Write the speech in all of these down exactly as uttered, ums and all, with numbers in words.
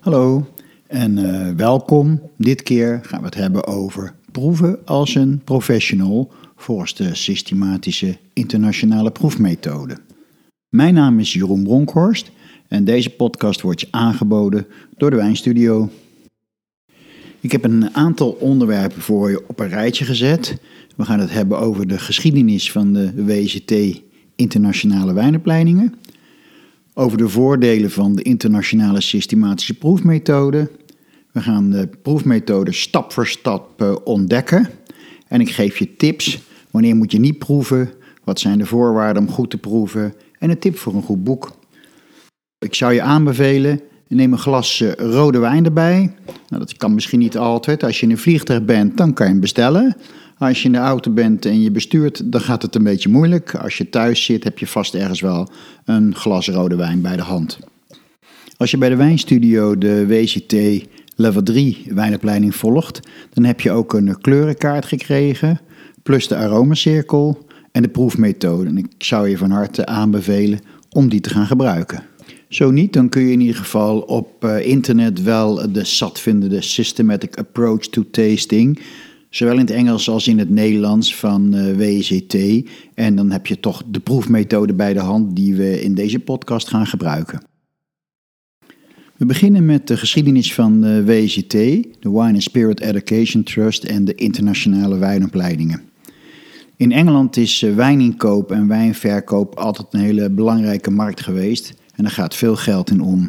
Hallo en uh, welkom. Dit keer gaan we het hebben over proeven als een professional volgens de systematische internationale proefmethode. Mijn naam is Jeroen Bronkhorst en deze podcast wordt je aangeboden door de Wijnstudio. Ik heb een aantal onderwerpen voor je op een rijtje gezet. We gaan het hebben over de geschiedenis van de W C T internationale wijnopleidingen, over de voordelen van de internationale systematische proefmethode. We gaan de proefmethode stap voor stap uh, ontdekken. En ik geef je tips. Wanneer moet je niet proeven? Wat zijn de voorwaarden om goed te proeven? En een tip voor een goed boek. Ik zou je aanbevelen, neem een glas uh, rode wijn erbij. Nou, dat kan misschien niet altijd. Als je in een vliegtuig bent, dan kan je hem bestellen. Als je in de auto bent en je bestuurt, dan gaat het een beetje moeilijk. Als je thuis zit, heb je vast ergens wel een glas rode wijn bij de hand. Als je bij de Wijnstudio de W C T level drie wijnopleiding volgt, dan heb je ook een kleurenkaart gekregen, plus de aromacirkel en de proefmethode. En ik zou je van harte aanbevelen om die te gaan gebruiken. Zo niet, dan kun je in ieder geval op uh, internet wel de S A T vinden, de Systematic Approach to Tasting, zowel in het Engels als in het Nederlands van uh, W C T. En dan heb je toch de proefmethode bij de hand die we in deze podcast gaan gebruiken. We beginnen met de geschiedenis van de W C T, de Wine and Spirit Education Trust en de internationale wijnopleidingen. In Engeland is wijninkoop en wijnverkoop altijd een hele belangrijke markt geweest en daar gaat veel geld in om.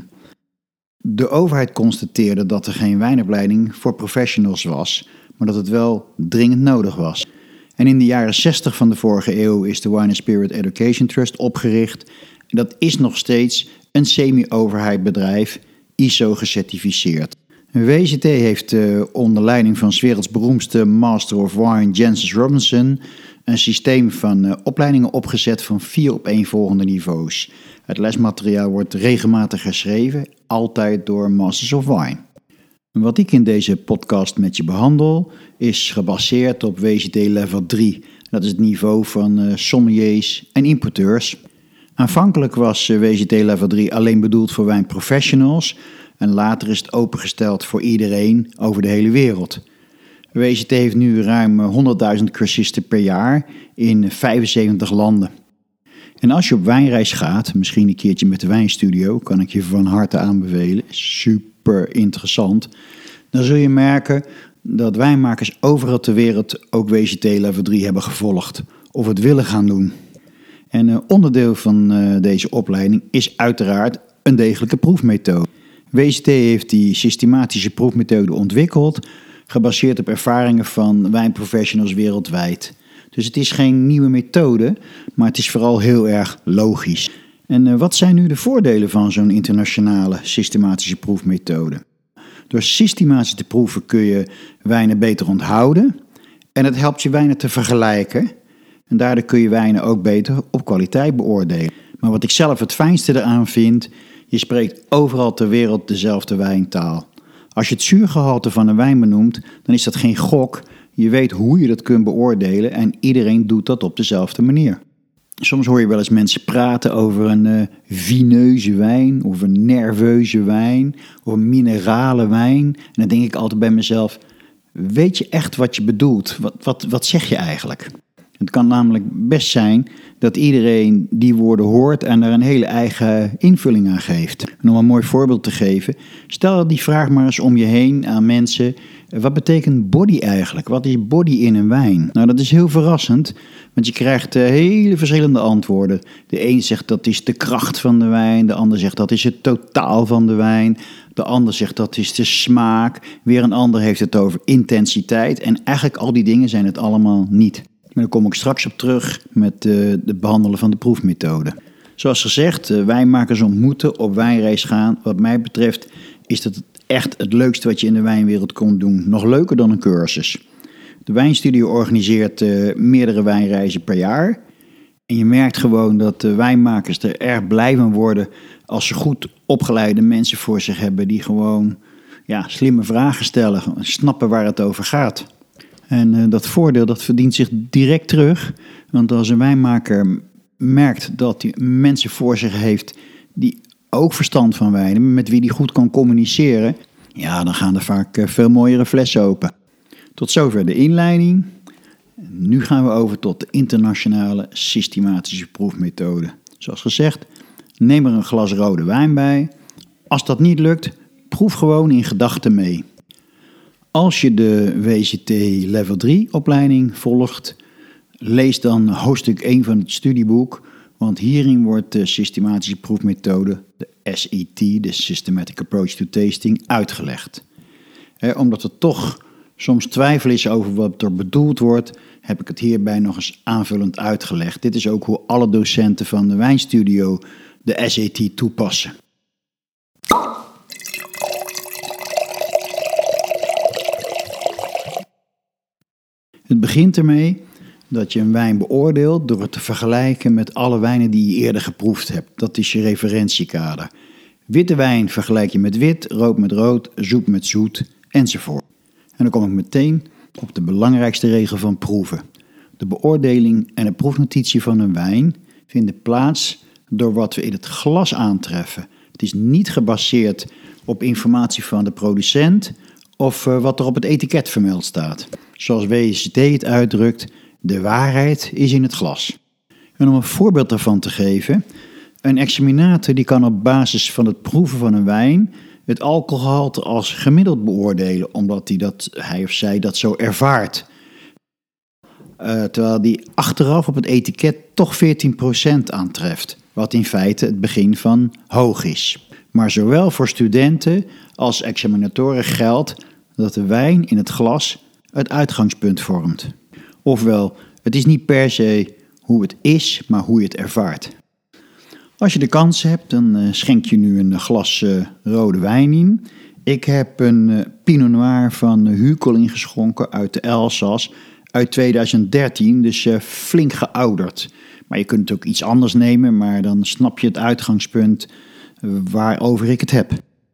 De overheid constateerde dat er geen wijnopleiding voor professionals was, maar dat het wel dringend nodig was. En in de jaren zestig van de vorige eeuw is de Wine and Spirit Education Trust opgericht. En dat is nog steeds een semi-overheid bedrijf, I S O gecertificeerd. W C T heeft uh, onder leiding van 's werelds beroemdste Master of Wine Jancis Robinson een systeem van uh, opleidingen opgezet van vier opeenvolgende niveaus. Het lesmateriaal wordt regelmatig herschreven, altijd door Masters of Wine. Wat ik in deze podcast met je behandel is gebaseerd op W C T level drie. Dat is het niveau van uh, sommeliers en importeurs. Aanvankelijk was uh, W C T level drie alleen bedoeld voor wijnprofessionals en later is het opengesteld voor iedereen over de hele wereld. W C T heeft nu ruim honderdduizend cursisten per jaar in vijfenzeventig landen. En als je op wijnreis gaat, misschien een keertje met de Wijnstudio, kan ik je van harte aanbevelen, super interessant, dan zul je merken dat wijnmakers overal ter wereld ook W C T level drie hebben gevolgd of het willen gaan doen. En een onderdeel van uh, deze opleiding is uiteraard een degelijke proefmethode. W C T heeft die systematische proefmethode ontwikkeld, gebaseerd op ervaringen van wijnprofessionals wereldwijd. Dus het is geen nieuwe methode, maar het is vooral heel erg logisch. En uh, wat zijn nu de voordelen van zo'n internationale systematische proefmethode? Door systematisch te proeven kun je wijnen beter onthouden en het helpt je wijnen te vergelijken. En daardoor kun je wijnen ook beter op kwaliteit beoordelen. Maar wat ik zelf het fijnste eraan vind, je spreekt overal ter wereld dezelfde wijntaal. Als je het zuurgehalte van een wijn benoemt, dan is dat geen gok. Je weet hoe je dat kunt beoordelen en iedereen doet dat op dezelfde manier. Soms hoor je wel eens mensen praten over een uh, vineuze wijn of een nerveuze wijn of een minerale wijn. En dan denk ik altijd bij mezelf, weet je echt wat je bedoelt? Wat, wat, wat zeg je eigenlijk? Het kan namelijk best zijn dat iedereen die woorden hoort en daar een hele eigen invulling aan geeft. En om een mooi voorbeeld te geven, stel die vraag maar eens om je heen aan mensen. Wat betekent body eigenlijk? Wat is body in een wijn? Nou, dat is heel verrassend, want je krijgt uh, hele verschillende antwoorden. De een zegt dat is de kracht van de wijn, de ander zegt dat is het totaal van de wijn, de ander zegt dat is de smaak, weer een ander heeft het over intensiteit en eigenlijk al die dingen zijn het allemaal niet. Maar daar kom ik straks op terug met uh, het behandelen van de proefmethode. Zoals gezegd, uh, wijnmakers ontmoeten, op wijnreis gaan. Wat mij betreft is dat echt het leukste wat je in de wijnwereld kon doen. Nog leuker dan een cursus. De Wijnstudio organiseert uh, meerdere wijnreizen per jaar. En je merkt gewoon dat de wijnmakers er erg blij van worden als ze goed opgeleide mensen voor zich hebben die gewoon ja, slimme vragen stellen, snappen waar het over gaat. En uh, dat voordeel dat verdient zich direct terug. Want als een wijnmaker merkt dat hij mensen voor zich heeft die ook verstand van wijn hebben, met wie die goed kan communiceren, ja, dan gaan er vaak veel mooiere flessen open. Tot zover de inleiding. Nu gaan we over tot de internationale systematische proefmethode. Zoals gezegd, neem er een glas rode wijn bij. Als dat niet lukt, proef gewoon in gedachten mee. Als je de W C T Level drie opleiding volgt, lees dan hoofdstuk één van het studieboek, want hierin wordt de systematische proefmethode, de S I T, de Systematic Approach to Tasting, uitgelegd. Eh, omdat er toch soms twijfel is over wat er bedoeld wordt, heb ik het hierbij nog eens aanvullend uitgelegd. Dit is ook hoe alle docenten van de Wijnstudio de S I T toepassen. Het begint ermee dat je een wijn beoordeelt door het te vergelijken met alle wijnen die je eerder geproefd hebt. Dat is je referentiekader. Witte wijn vergelijk je met wit, rood met rood, zoet met zoet, enzovoort. En dan kom ik meteen op de belangrijkste regel van proeven. De beoordeling en de proefnotitie van een wijn vinden plaats door wat we in het glas aantreffen. Het is niet gebaseerd op informatie van de producent of uh, wat er op het etiket vermeld staat. Zoals W C T het uitdrukt, de waarheid is in het glas. En om een voorbeeld daarvan te geven, een examinator die kan op basis van het proeven van een wijn het alcoholgehalte als gemiddeld beoordelen, omdat hij, dat, hij of zij dat zo ervaart. Uh, terwijl die achteraf op het etiket toch veertien procent aantreft, wat in feite het begin van hoog is. Maar zowel voor studenten als examinatoren geldt dat de wijn in het glas het uitgangspunt vormt. Ofwel, het is niet per se hoe het is, maar hoe je het ervaart. Als je de kans hebt, dan uh, schenk je nu een glas uh, rode wijn in. Ik heb een uh, Pinot Noir van uh, Huckel ingeschonken uit de Elzas uit tweeduizend dertien, dus uh, flink geouderd. Maar je kunt ook iets anders nemen, maar dan snap je het uitgangspunt uh, waarover ik het heb.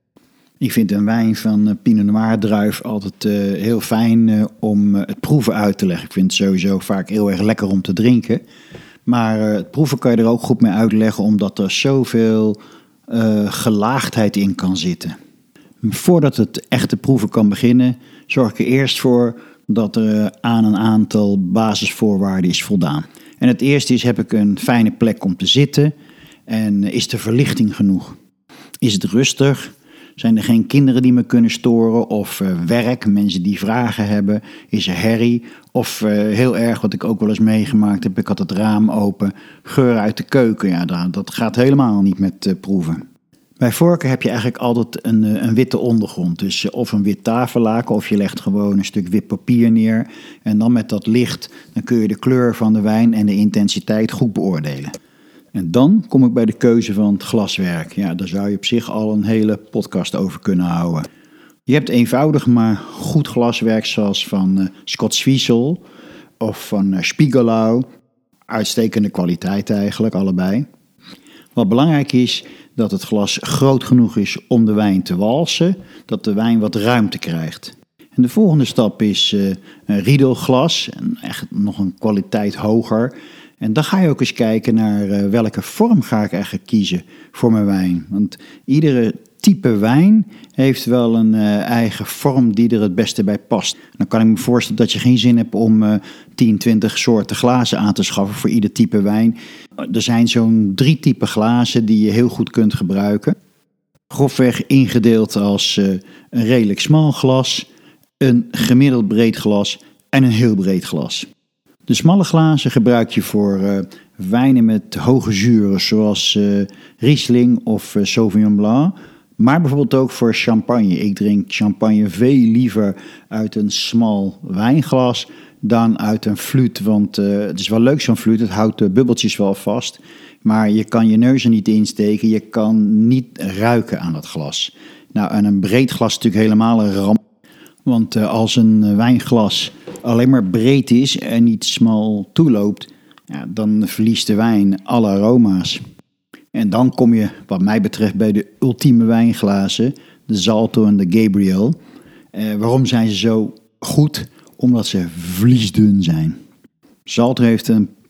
Ik vind een wijn van uh, Pinot Noir druif altijd uh, heel fijn uh, om uh, het proeven uit te leggen. Ik vind het sowieso vaak heel erg lekker om te drinken. Maar uh, het proeven kan je er ook goed mee uitleggen, omdat er zoveel uh, gelaagdheid in kan zitten. Voordat het echte proeven kan beginnen, zorg ik er eerst voor dat er uh, aan een aantal basisvoorwaarden is voldaan. En het eerste is, heb ik een fijne plek om te zitten en uh, is de verlichting genoeg? Is het rustig? Zijn er geen kinderen die me kunnen storen? Of uh, werk, mensen die vragen hebben? Is er herrie? Of uh, heel erg, wat ik ook wel eens meegemaakt heb, ik had het raam open, geur uit de keuken. Ja, dat, dat gaat helemaal niet met uh, proeven. Bij voorkeur heb je eigenlijk altijd een, uh, een witte ondergrond. Dus uh, of een wit tafellaken, of je legt gewoon een stuk wit papier neer. En dan met dat licht, dan kun je de kleur van de wijn en de intensiteit goed beoordelen. En dan kom ik bij de keuze van het glaswerk. Ja, daar zou je op zich al een hele podcast over kunnen houden. Je hebt eenvoudig maar goed glaswerk zoals van uh, Scott Zwiesel of van uh, Spiegelau. Uitstekende kwaliteit eigenlijk, allebei. Wat belangrijk is, dat het glas groot genoeg is om de wijn te walsen, dat de wijn wat ruimte krijgt. En de volgende stap is uh, een riedelglas, en echt nog een kwaliteit hoger. En dan ga je ook eens kijken naar uh, welke vorm ga ik eigenlijk kiezen voor mijn wijn. Want iedere type wijn heeft wel een uh, eigen vorm die er het beste bij past. Dan kan ik me voorstellen dat je geen zin hebt om uh, tien, twintig soorten glazen aan te schaffen voor ieder type wijn. Er zijn zo'n drie typen glazen die je heel goed kunt gebruiken. Grofweg ingedeeld als uh, een redelijk smal glas, een gemiddeld breed glas en een heel breed glas. De smalle glazen gebruik je voor uh, wijnen met hoge zuren, zoals uh, Riesling of uh, Sauvignon Blanc. Maar bijvoorbeeld ook voor champagne. Ik drink champagne veel liever uit een smal wijnglas dan uit een fluit. Want uh, het is wel leuk zo'n fluit, het houdt de bubbeltjes wel vast. Maar je kan je neus er niet insteken, je kan niet ruiken aan dat glas. Nou, en een breed glas is natuurlijk helemaal een ramp. Want uh, als een wijnglas alleen maar breed is en niet smal toeloopt, ja, dan verliest de wijn alle aroma's. En dan kom je, wat mij betreft, bij de ultieme wijnglazen, de Zalto en de Gabriel. Uh, waarom zijn ze zo goed? Omdat ze vliesdun zijn. Zalto heeft een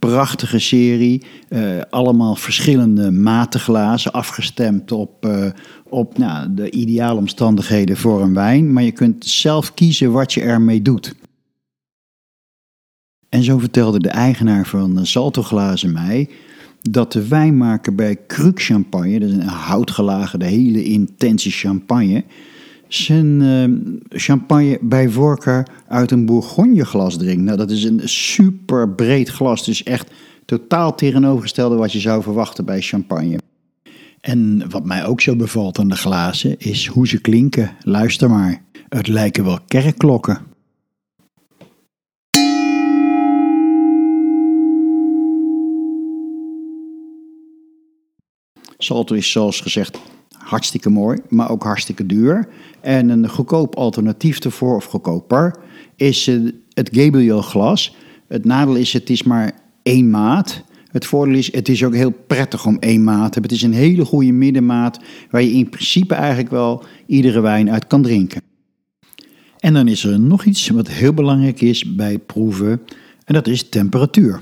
prachtige serie. Uh, allemaal verschillende matenglazen, afgestemd op, uh, op nou, de ideale omstandigheden voor een wijn. Maar je kunt zelf kiezen wat je ermee doet. En zo vertelde de eigenaar van Salto Glazen mij dat de wijnmaker bij Krug Champagne, dat is een houtgelagerde, hele intense champagne, zijn uh, champagne bij voorkeur uit een Bourgogne-glas drinkt. Nou, dat is een super breed glas, dus echt totaal tegenovergestelde wat je zou verwachten bij champagne. En wat mij ook zo bevalt aan de glazen is hoe ze klinken. Luister maar, het lijken wel kerkklokken. Salto is zoals gezegd hartstikke mooi, maar ook hartstikke duur. En een goedkoop alternatief ervoor, of goedkoper, is het Gabriel glas. Het nadeel is, het is maar één maat. Het voordeel is, het is ook heel prettig om één maat te hebben. Het is een hele goede middenmaat waar je in principe eigenlijk wel iedere wijn uit kan drinken. En dan is er nog iets wat heel belangrijk is bij het proeven, en dat is temperatuur.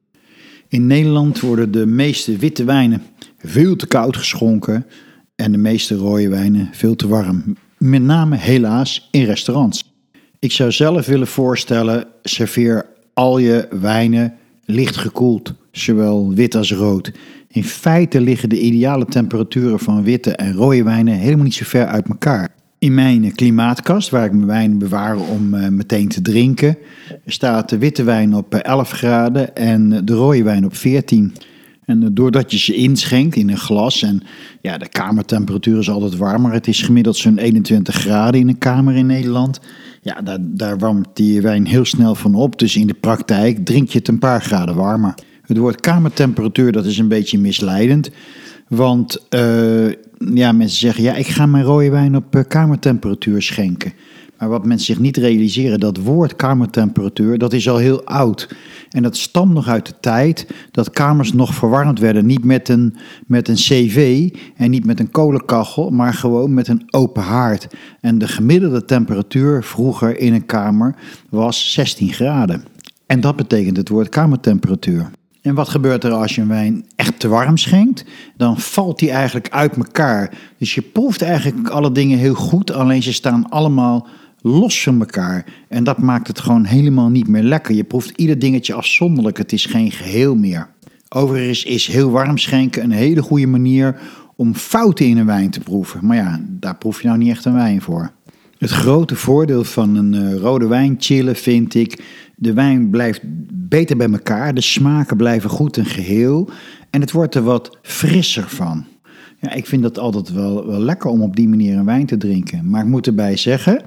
In Nederland worden de meeste witte wijnen veel te koud geschonken en de meeste rode wijnen veel te warm. Met name helaas in restaurants. Ik zou zelf willen voorstellen, serveer al je wijnen licht gekoeld, zowel wit als rood. In feite liggen de ideale temperaturen van witte en rode wijnen helemaal niet zo ver uit elkaar. In mijn klimaatkast, waar ik mijn wijn bewaar om uh, meteen te drinken, staat de witte wijn op elf graden en de rode wijn op veertien. En doordat je ze inschenkt in een glas, en ja, de kamertemperatuur is altijd warmer. Het is gemiddeld zo'n eenentwintig graden in een kamer in Nederland. Ja, daar, daar warmt die wijn heel snel van op. Dus in de praktijk drink je het een paar graden warmer. Het woord kamertemperatuur, dat is een beetje misleidend. Want uh, ja, mensen zeggen, ja, ik ga mijn rode wijn op uh, kamertemperatuur schenken. Maar wat mensen zich niet realiseren, dat woord kamertemperatuur, dat is al heel oud. En dat stamt nog uit de tijd dat kamers nog verwarmd werden. Niet met een, met een cv en niet met een kolenkachel, maar gewoon met een open haard. En de gemiddelde temperatuur vroeger in een kamer was zestien graden. En dat betekent het woord kamertemperatuur. En wat gebeurt er als je een wijn echt te warm schenkt? Dan valt die eigenlijk uit elkaar. Dus je proeft eigenlijk alle dingen heel goed, alleen ze staan allemaal los van elkaar. En dat maakt het gewoon helemaal niet meer lekker. Je proeft ieder dingetje afzonderlijk. Het is geen geheel meer. Overigens is heel warm schenken een hele goede manier om fouten in een wijn te proeven. Maar ja, daar proef je nou niet echt een wijn voor. Het grote voordeel van een uh, rode wijn chillen vind ik, de wijn blijft beter bij elkaar. De smaken blijven goed en geheel. En het wordt er wat frisser van. Ja, ik vind dat altijd wel, wel lekker om op die manier een wijn te drinken. Maar ik moet erbij zeggen,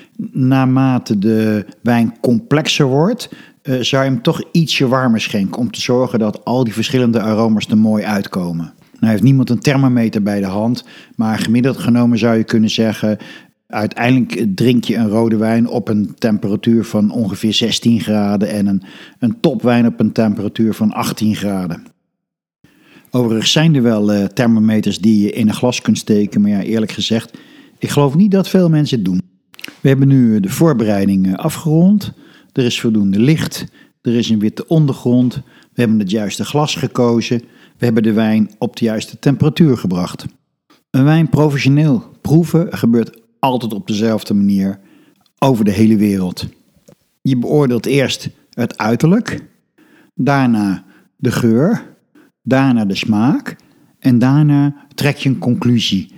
naarmate de wijn complexer wordt, uh, zou je hem toch ietsje warmer schenken, om te zorgen dat al die verschillende aroma's er mooi uitkomen. Nou heeft niemand een thermometer bij de hand, maar gemiddeld genomen zou je kunnen zeggen, uiteindelijk drink je een rode wijn op een temperatuur van ongeveer zestien graden en een, een topwijn op een temperatuur van achttien graden. Overigens zijn er wel uh, thermometers die je in een glas kunt steken, maar ja, eerlijk gezegd, ik geloof niet dat veel mensen het doen. We hebben nu de voorbereiding afgerond. Er is voldoende licht. Er is een witte ondergrond. We hebben het juiste glas gekozen. We hebben de wijn op de juiste temperatuur gebracht. Een wijn professioneel proeven gebeurt altijd op dezelfde manier over de hele wereld. Je beoordeelt eerst het uiterlijk, daarna de geur, daarna de smaak en daarna trek je een conclusie.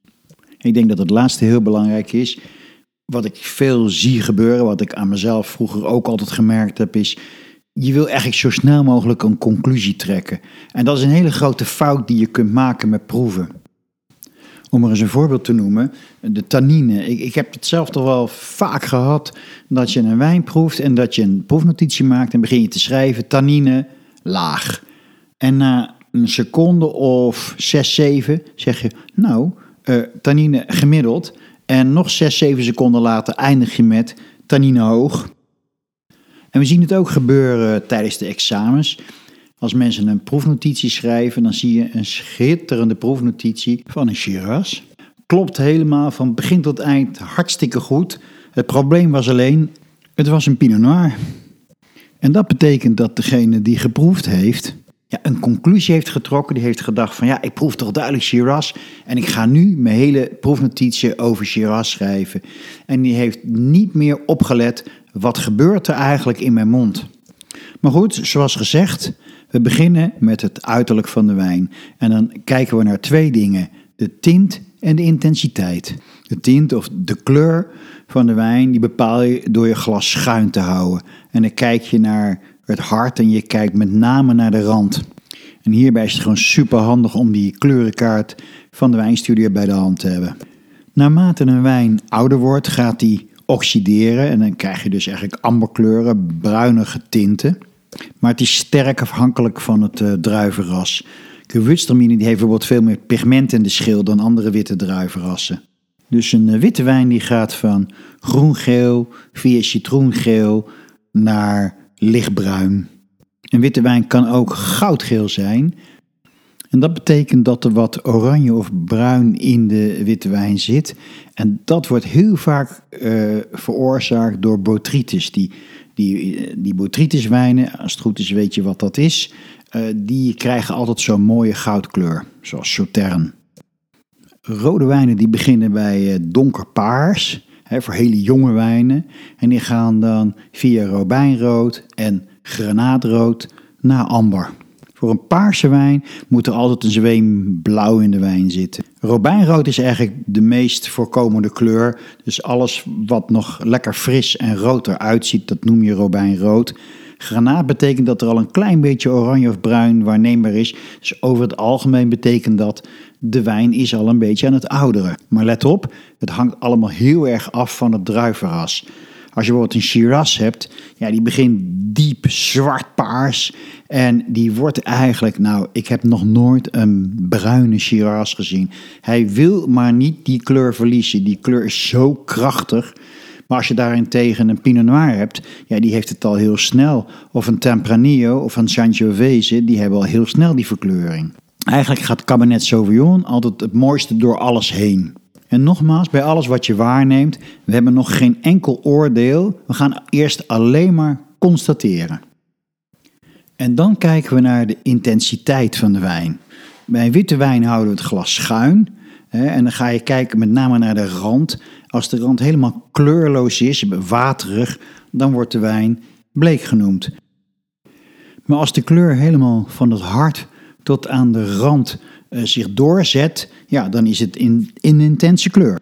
Ik denk dat het laatste heel belangrijk is. Wat ik veel zie gebeuren, wat ik aan mezelf vroeger ook altijd gemerkt heb, is je wil eigenlijk zo snel mogelijk een conclusie trekken. En dat is een hele grote fout die je kunt maken met proeven. Om er eens een voorbeeld te noemen, de tannine. Ik, ik heb het zelf toch wel vaak gehad dat je een wijn proeft en dat je een proefnotitie maakt en begin je te schrijven, tannine laag. En na een seconde of zes, zeven zeg je, nou, uh, tannine gemiddeld. En nog zes, zeven seconden later eindig je met tannine hoog. En we zien het ook gebeuren tijdens de examens. Als mensen een proefnotitie schrijven, dan zie je een schitterende proefnotitie van een Shiraz. Klopt helemaal van begin tot eind hartstikke goed. Het probleem was alleen, het was een Pinot Noir. En dat betekent dat degene die geproefd heeft, ja, een conclusie heeft getrokken. Die heeft gedacht van ja, ik proef toch duidelijk Shiraz. En ik ga nu mijn hele proefnotitie over Shiraz schrijven. En die heeft niet meer opgelet, wat gebeurt er eigenlijk in mijn mond. Maar goed, zoals gezegd, we beginnen met het uiterlijk van de wijn. En dan kijken we naar twee dingen. De tint en de intensiteit. De tint of de kleur van de wijn, die bepaal je door je glas schuin te houden. En dan kijk je naar het hart en je kijkt met name naar de rand. En hierbij is het gewoon super handig om die kleurenkaart van de wijnstudio bij de hand te hebben. Naarmate een wijn ouder wordt, gaat die oxideren. En dan krijg je dus eigenlijk amberkleuren, bruinige tinten. Maar het is sterk afhankelijk van het uh, druivenras. Gewürztraminer die heeft bijvoorbeeld veel meer pigment in de schil dan andere witte druivenrassen. Dus een uh, witte wijn die gaat van groengeel via citroengeel naar lichtbruin. Een witte wijn kan ook goudgeel zijn. En dat betekent dat er wat oranje of bruin in de witte wijn zit. En dat wordt heel vaak uh, veroorzaakt door botrytis. Die, die, die botrytiswijnen, als het goed is weet je wat dat is, uh, die krijgen altijd zo'n mooie goudkleur, zoals Sauterne. Rode wijnen die beginnen bij uh, donkerpaars, hè, voor hele jonge wijnen. En die gaan dan via robijnrood en granaat naar amber. Voor een paarse wijn moet er altijd een zweem blauw in de wijn zitten. Robijnrood is eigenlijk de meest voorkomende kleur. Dus alles wat nog lekker fris en rood eruit ziet, dat noem je robijnrood. Granaat betekent dat er al een klein beetje oranje of bruin waarneembaar is. Dus over het algemeen betekent dat de wijn is al een beetje aan het ouderen. Maar let op, het hangt allemaal heel erg af van het druivenras. Als je bijvoorbeeld een Shiraz hebt, ja, die begint diep zwart paars. En die wordt eigenlijk, nou, ik heb nog nooit een bruine Shiraz gezien. Hij wil maar niet die kleur verliezen. Die kleur is zo krachtig. Maar als je daarentegen een Pinot Noir hebt, ja, die heeft het al heel snel. Of een Tempranillo of een Sangiovese, die hebben al heel snel die verkleuring. Eigenlijk gaat Cabernet Sauvignon altijd het mooiste door alles heen. En nogmaals, bij alles wat je waarneemt, we hebben nog geen enkel oordeel. We gaan eerst alleen maar constateren. En dan kijken we naar de intensiteit van de wijn. Bij een witte wijn houden we het glas schuin. Hè, en dan ga je kijken met name naar de rand. Als de rand helemaal kleurloos is, waterig, dan wordt de wijn bleek genoemd. Maar als de kleur helemaal van het hart tot aan de rand uh, zich doorzet, ja, dan is het in, in intense kleur.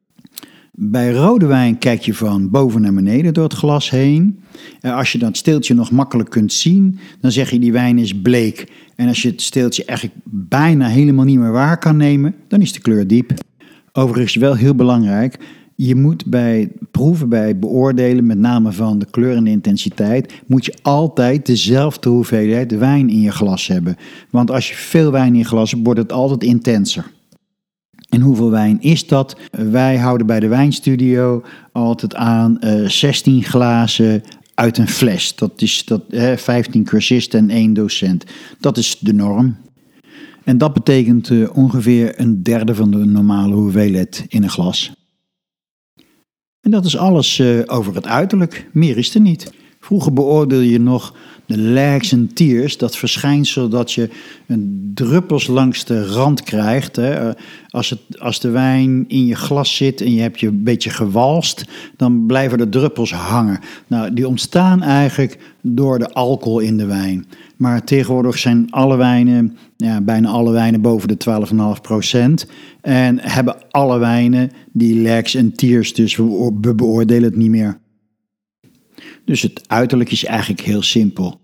Bij rode wijn kijk je van boven naar beneden door het glas heen. Uh, als je dat steeltje nog makkelijk kunt zien, dan zeg je die wijn is bleek. En als je het steeltje eigenlijk bijna helemaal niet meer waar kan nemen, dan is de kleur diep. Overigens wel heel belangrijk, je moet bij proeven, bij het beoordelen, met name van de kleur en de intensiteit, moet je altijd dezelfde hoeveelheid wijn in je glas hebben. Want als je veel wijn in je glas hebt, wordt het altijd intenser. En hoeveel wijn is dat? Wij houden bij de wijnstudio altijd aan uh, zestien glazen uit een fles. Dat is dat, hè, vijftien cursisten en één docent. Dat is de norm. En dat betekent uh, ongeveer een derde van de normale hoeveelheid in een glas. En dat is alles uh, over het uiterlijk. Meer is er niet. Vroeger beoordeel je nog de lags en tiers, dat verschijnsel dat je een druppels langs de rand krijgt. Hè. Als, het, als de wijn in je glas zit en je hebt je een beetje gewalst, dan blijven de druppels hangen. Nou, die ontstaan eigenlijk door de alcohol in de wijn. Maar tegenwoordig zijn alle wijnen, ja, bijna alle wijnen boven de twaalf komma vijf procent. En hebben alle wijnen die lags en tiers, dus we beoordelen het niet meer. Dus het uiterlijk is eigenlijk heel simpel.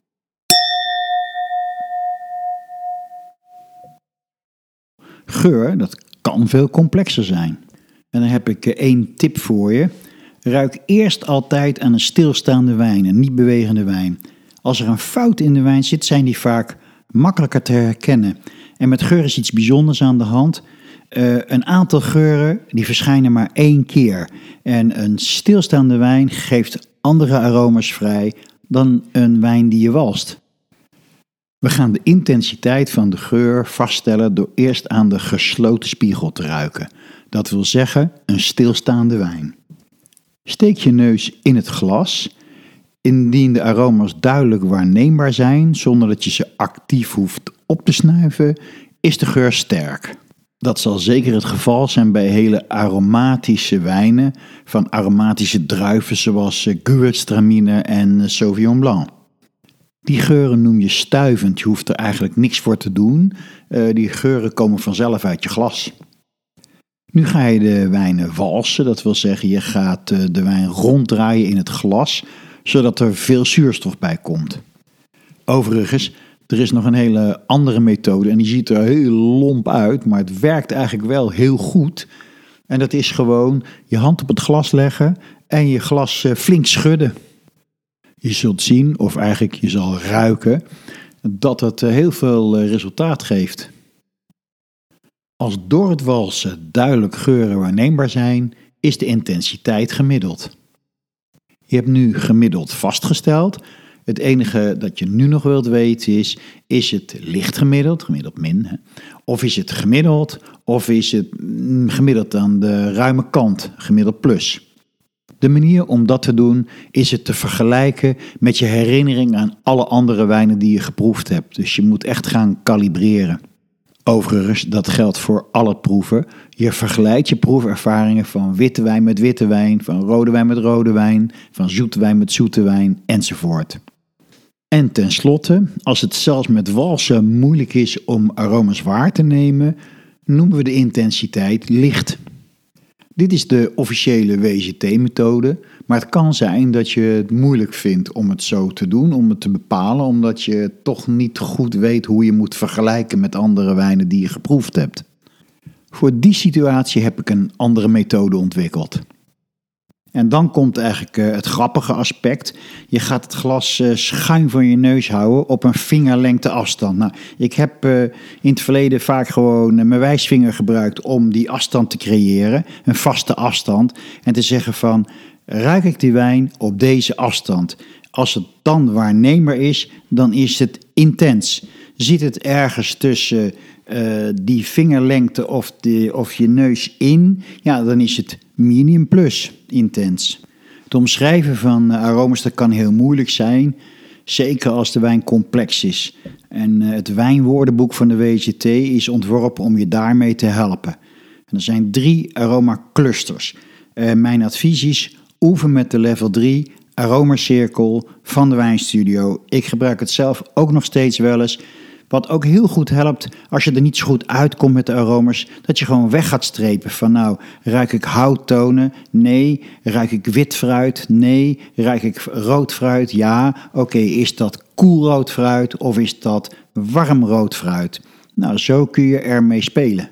Geur, dat kan veel complexer zijn. En dan heb ik één tip voor je. Ruik eerst altijd aan een stilstaande wijn, een niet bewegende wijn. Als er een fout in de wijn zit, zijn die vaak makkelijker te herkennen. En met geur is iets bijzonders aan de hand. Uh, een aantal geuren die verschijnen maar één keer. En een stilstaande wijn geeft andere aroma's vrij dan een wijn die je walst. We gaan de intensiteit van de geur vaststellen door eerst aan de gesloten spiegel te ruiken. Dat wil zeggen een stilstaande wijn. Steek je neus in het glas Indien de aroma's duidelijk waarneembaar zijn, zonder dat je ze actief hoeft op te snuiven, is de geur sterk. Dat zal zeker het geval zijn bij hele aromatische wijnen van aromatische druiven zoals Gewürztraminer en Sauvignon Blanc. Die geuren noem je stuivend, je hoeft er eigenlijk niks voor te doen. Uh, die geuren komen vanzelf uit je glas. Nu ga je de wijnen walsen, dat wil zeggen je gaat uh, de wijn ronddraaien in het glas, zodat er veel zuurstof bij komt. Overigens, er is nog een hele andere methode en die ziet er heel lomp uit, maar het werkt eigenlijk wel heel goed. En dat is gewoon je hand op het glas leggen en je glas uh, flink schudden. Je zult zien, of eigenlijk je zal ruiken, dat het uh, heel veel uh, resultaat geeft. Als door het walsen duidelijk geuren waarneembaar zijn, is de intensiteit gemiddeld. Je hebt nu gemiddeld vastgesteld. Het enige dat je nu nog wilt weten is, is het licht gemiddeld, gemiddeld min, hè? Of is het gemiddeld, of is het gemiddeld aan de ruime kant, gemiddeld plus. De manier om dat te doen is het te vergelijken met je herinnering aan alle andere wijnen die je geproefd hebt. Dus je moet echt gaan kalibreren. Overigens, dat geldt voor alle proeven. Je vergelijkt je proefervaringen van witte wijn met witte wijn, van rode wijn met rode wijn, van zoete wijn met zoete wijn, enzovoort. En tenslotte, als het zelfs met walsen moeilijk is om aroma's waar te nemen, noemen we de intensiteit licht. Dit is de officiële W C T-methode, maar het kan zijn dat je het moeilijk vindt om het zo te doen, om het te bepalen, omdat je toch niet goed weet hoe je moet vergelijken met andere wijnen die je geproefd hebt. Voor die situatie heb ik een andere methode ontwikkeld. En dan komt eigenlijk uh, het grappige aspect. Je gaat het glas uh, schuin voor je neus houden op een vingerlengte afstand. Nou, ik heb uh, in het verleden vaak gewoon uh, mijn wijsvinger gebruikt om die afstand te creëren. Een vaste afstand. En te zeggen van, ruik ik die wijn op deze afstand? Als het dan waarneembaar is, dan is het intens. Zit het ergens tussen uh, die vingerlengte of, de, of je neus in, ja, dan is het medium plus intens. Het omschrijven van uh, aroma's dat kan heel moeilijk zijn, zeker als de wijn complex is. En uh, het wijnwoordenboek van de W C T is ontworpen om je daarmee te helpen. En er zijn drie aromaclusters. Uh, mijn advies is, oefen met de level drie aromacirkel van de Wijnstudio. Ik gebruik het zelf ook nog steeds wel eens. Wat ook heel goed helpt als je er niet zo goed uitkomt met de aroma's, dat je gewoon weg gaat strepen van nou, ruik ik houttonen? Nee. Ruik ik wit fruit? Nee. Ruik ik rood fruit? Ja. Oké, okay, is dat koelrood fruit of is dat warm rood fruit? Nou, zo kun je ermee spelen.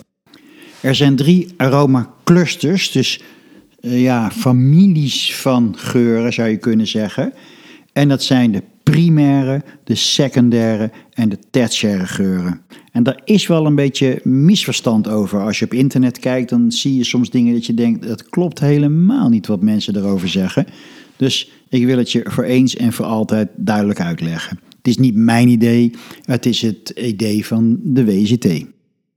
Er zijn drie aromaclusters, dus uh, ja, families van geuren zou je kunnen zeggen. En dat zijn de primaire, de secundaire en de tertiaire geuren. En daar is wel een beetje misverstand over. Als je op internet kijkt, dan zie je soms dingen dat je denkt, dat klopt helemaal niet wat mensen erover zeggen. Dus ik wil het je voor eens en voor altijd duidelijk uitleggen. Het is niet mijn idee, het is het idee van de W C T.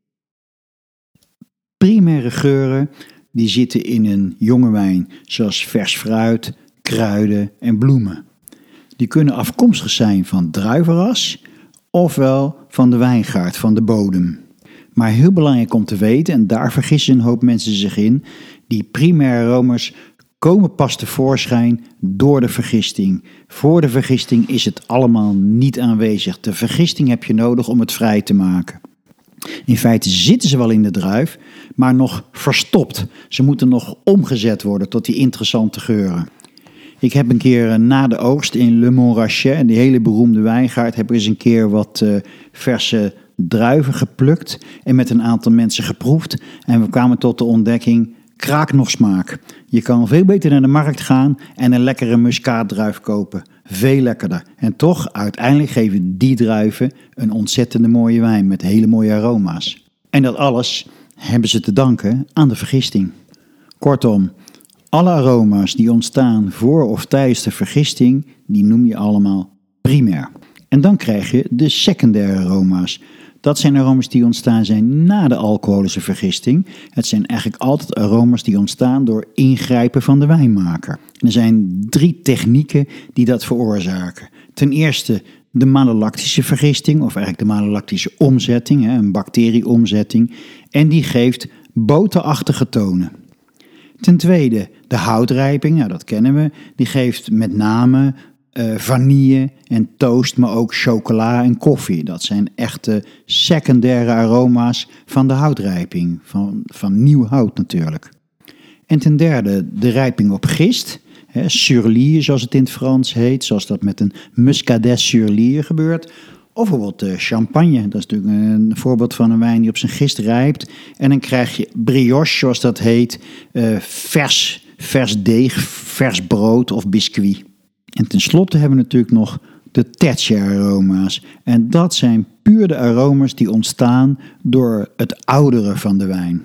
Primaire geuren, die zitten in een jonge wijn, zoals vers fruit, kruiden en bloemen. Die kunnen afkomstig zijn van druivenras, ofwel van de wijngaard, van de bodem. Maar heel belangrijk om te weten, en daar vergissen een hoop mensen zich in, die primaire aroma's komen pas tevoorschijn door de vergisting. Voor de vergisting is het allemaal niet aanwezig. De vergisting heb je nodig om het vrij te maken. In feite zitten ze wel in de druif, maar nog verstopt. Ze moeten nog omgezet worden tot die interessante geuren. Ik heb een keer na de oogst in Le Montrachet, die hele beroemde wijngaard, heb ik eens een keer wat uh, verse druiven geplukt en met een aantal mensen geproefd. En we kwamen tot de ontdekking, kraak nog smaak. Je kan veel beter naar de markt gaan en een lekkere muskaatdruif kopen. Veel lekkerder. En toch, uiteindelijk geven die druiven een ontzettende mooie wijn met hele mooie aroma's. En dat alles hebben ze te danken aan de vergisting. Kortom, alle aroma's die ontstaan voor of tijdens de vergisting, die noem je allemaal primair. En dan krijg je de secundaire aroma's. Dat zijn aroma's die ontstaan zijn na de alcoholische vergisting. Het zijn eigenlijk altijd aroma's die ontstaan door ingrijpen van de wijnmaker. En er zijn drie technieken die dat veroorzaken. Ten eerste de malolactische vergisting, of eigenlijk de malolactische omzetting, een bacterieomzetting. En die geeft boterachtige tonen. Ten tweede de houtrijping, nou dat kennen we. Die geeft met name uh, vanille en toast, maar ook chocola en koffie. Dat zijn echte secundaire aroma's van de houtrijping, van, van nieuw hout natuurlijk. En ten derde de rijping op gist. He, surlier, zoals het in het Frans heet, zoals dat met een muscadet surlier gebeurt. Of bijvoorbeeld uh, champagne, dat is natuurlijk een voorbeeld van een wijn die op zijn gist rijpt. En dan krijg je brioche, zoals dat heet, uh, vers, vers deeg, vers brood of biscuit. En tenslotte hebben we natuurlijk nog de tertiaire aroma's. En dat zijn puur de aroma's die ontstaan door het ouderen van de wijn.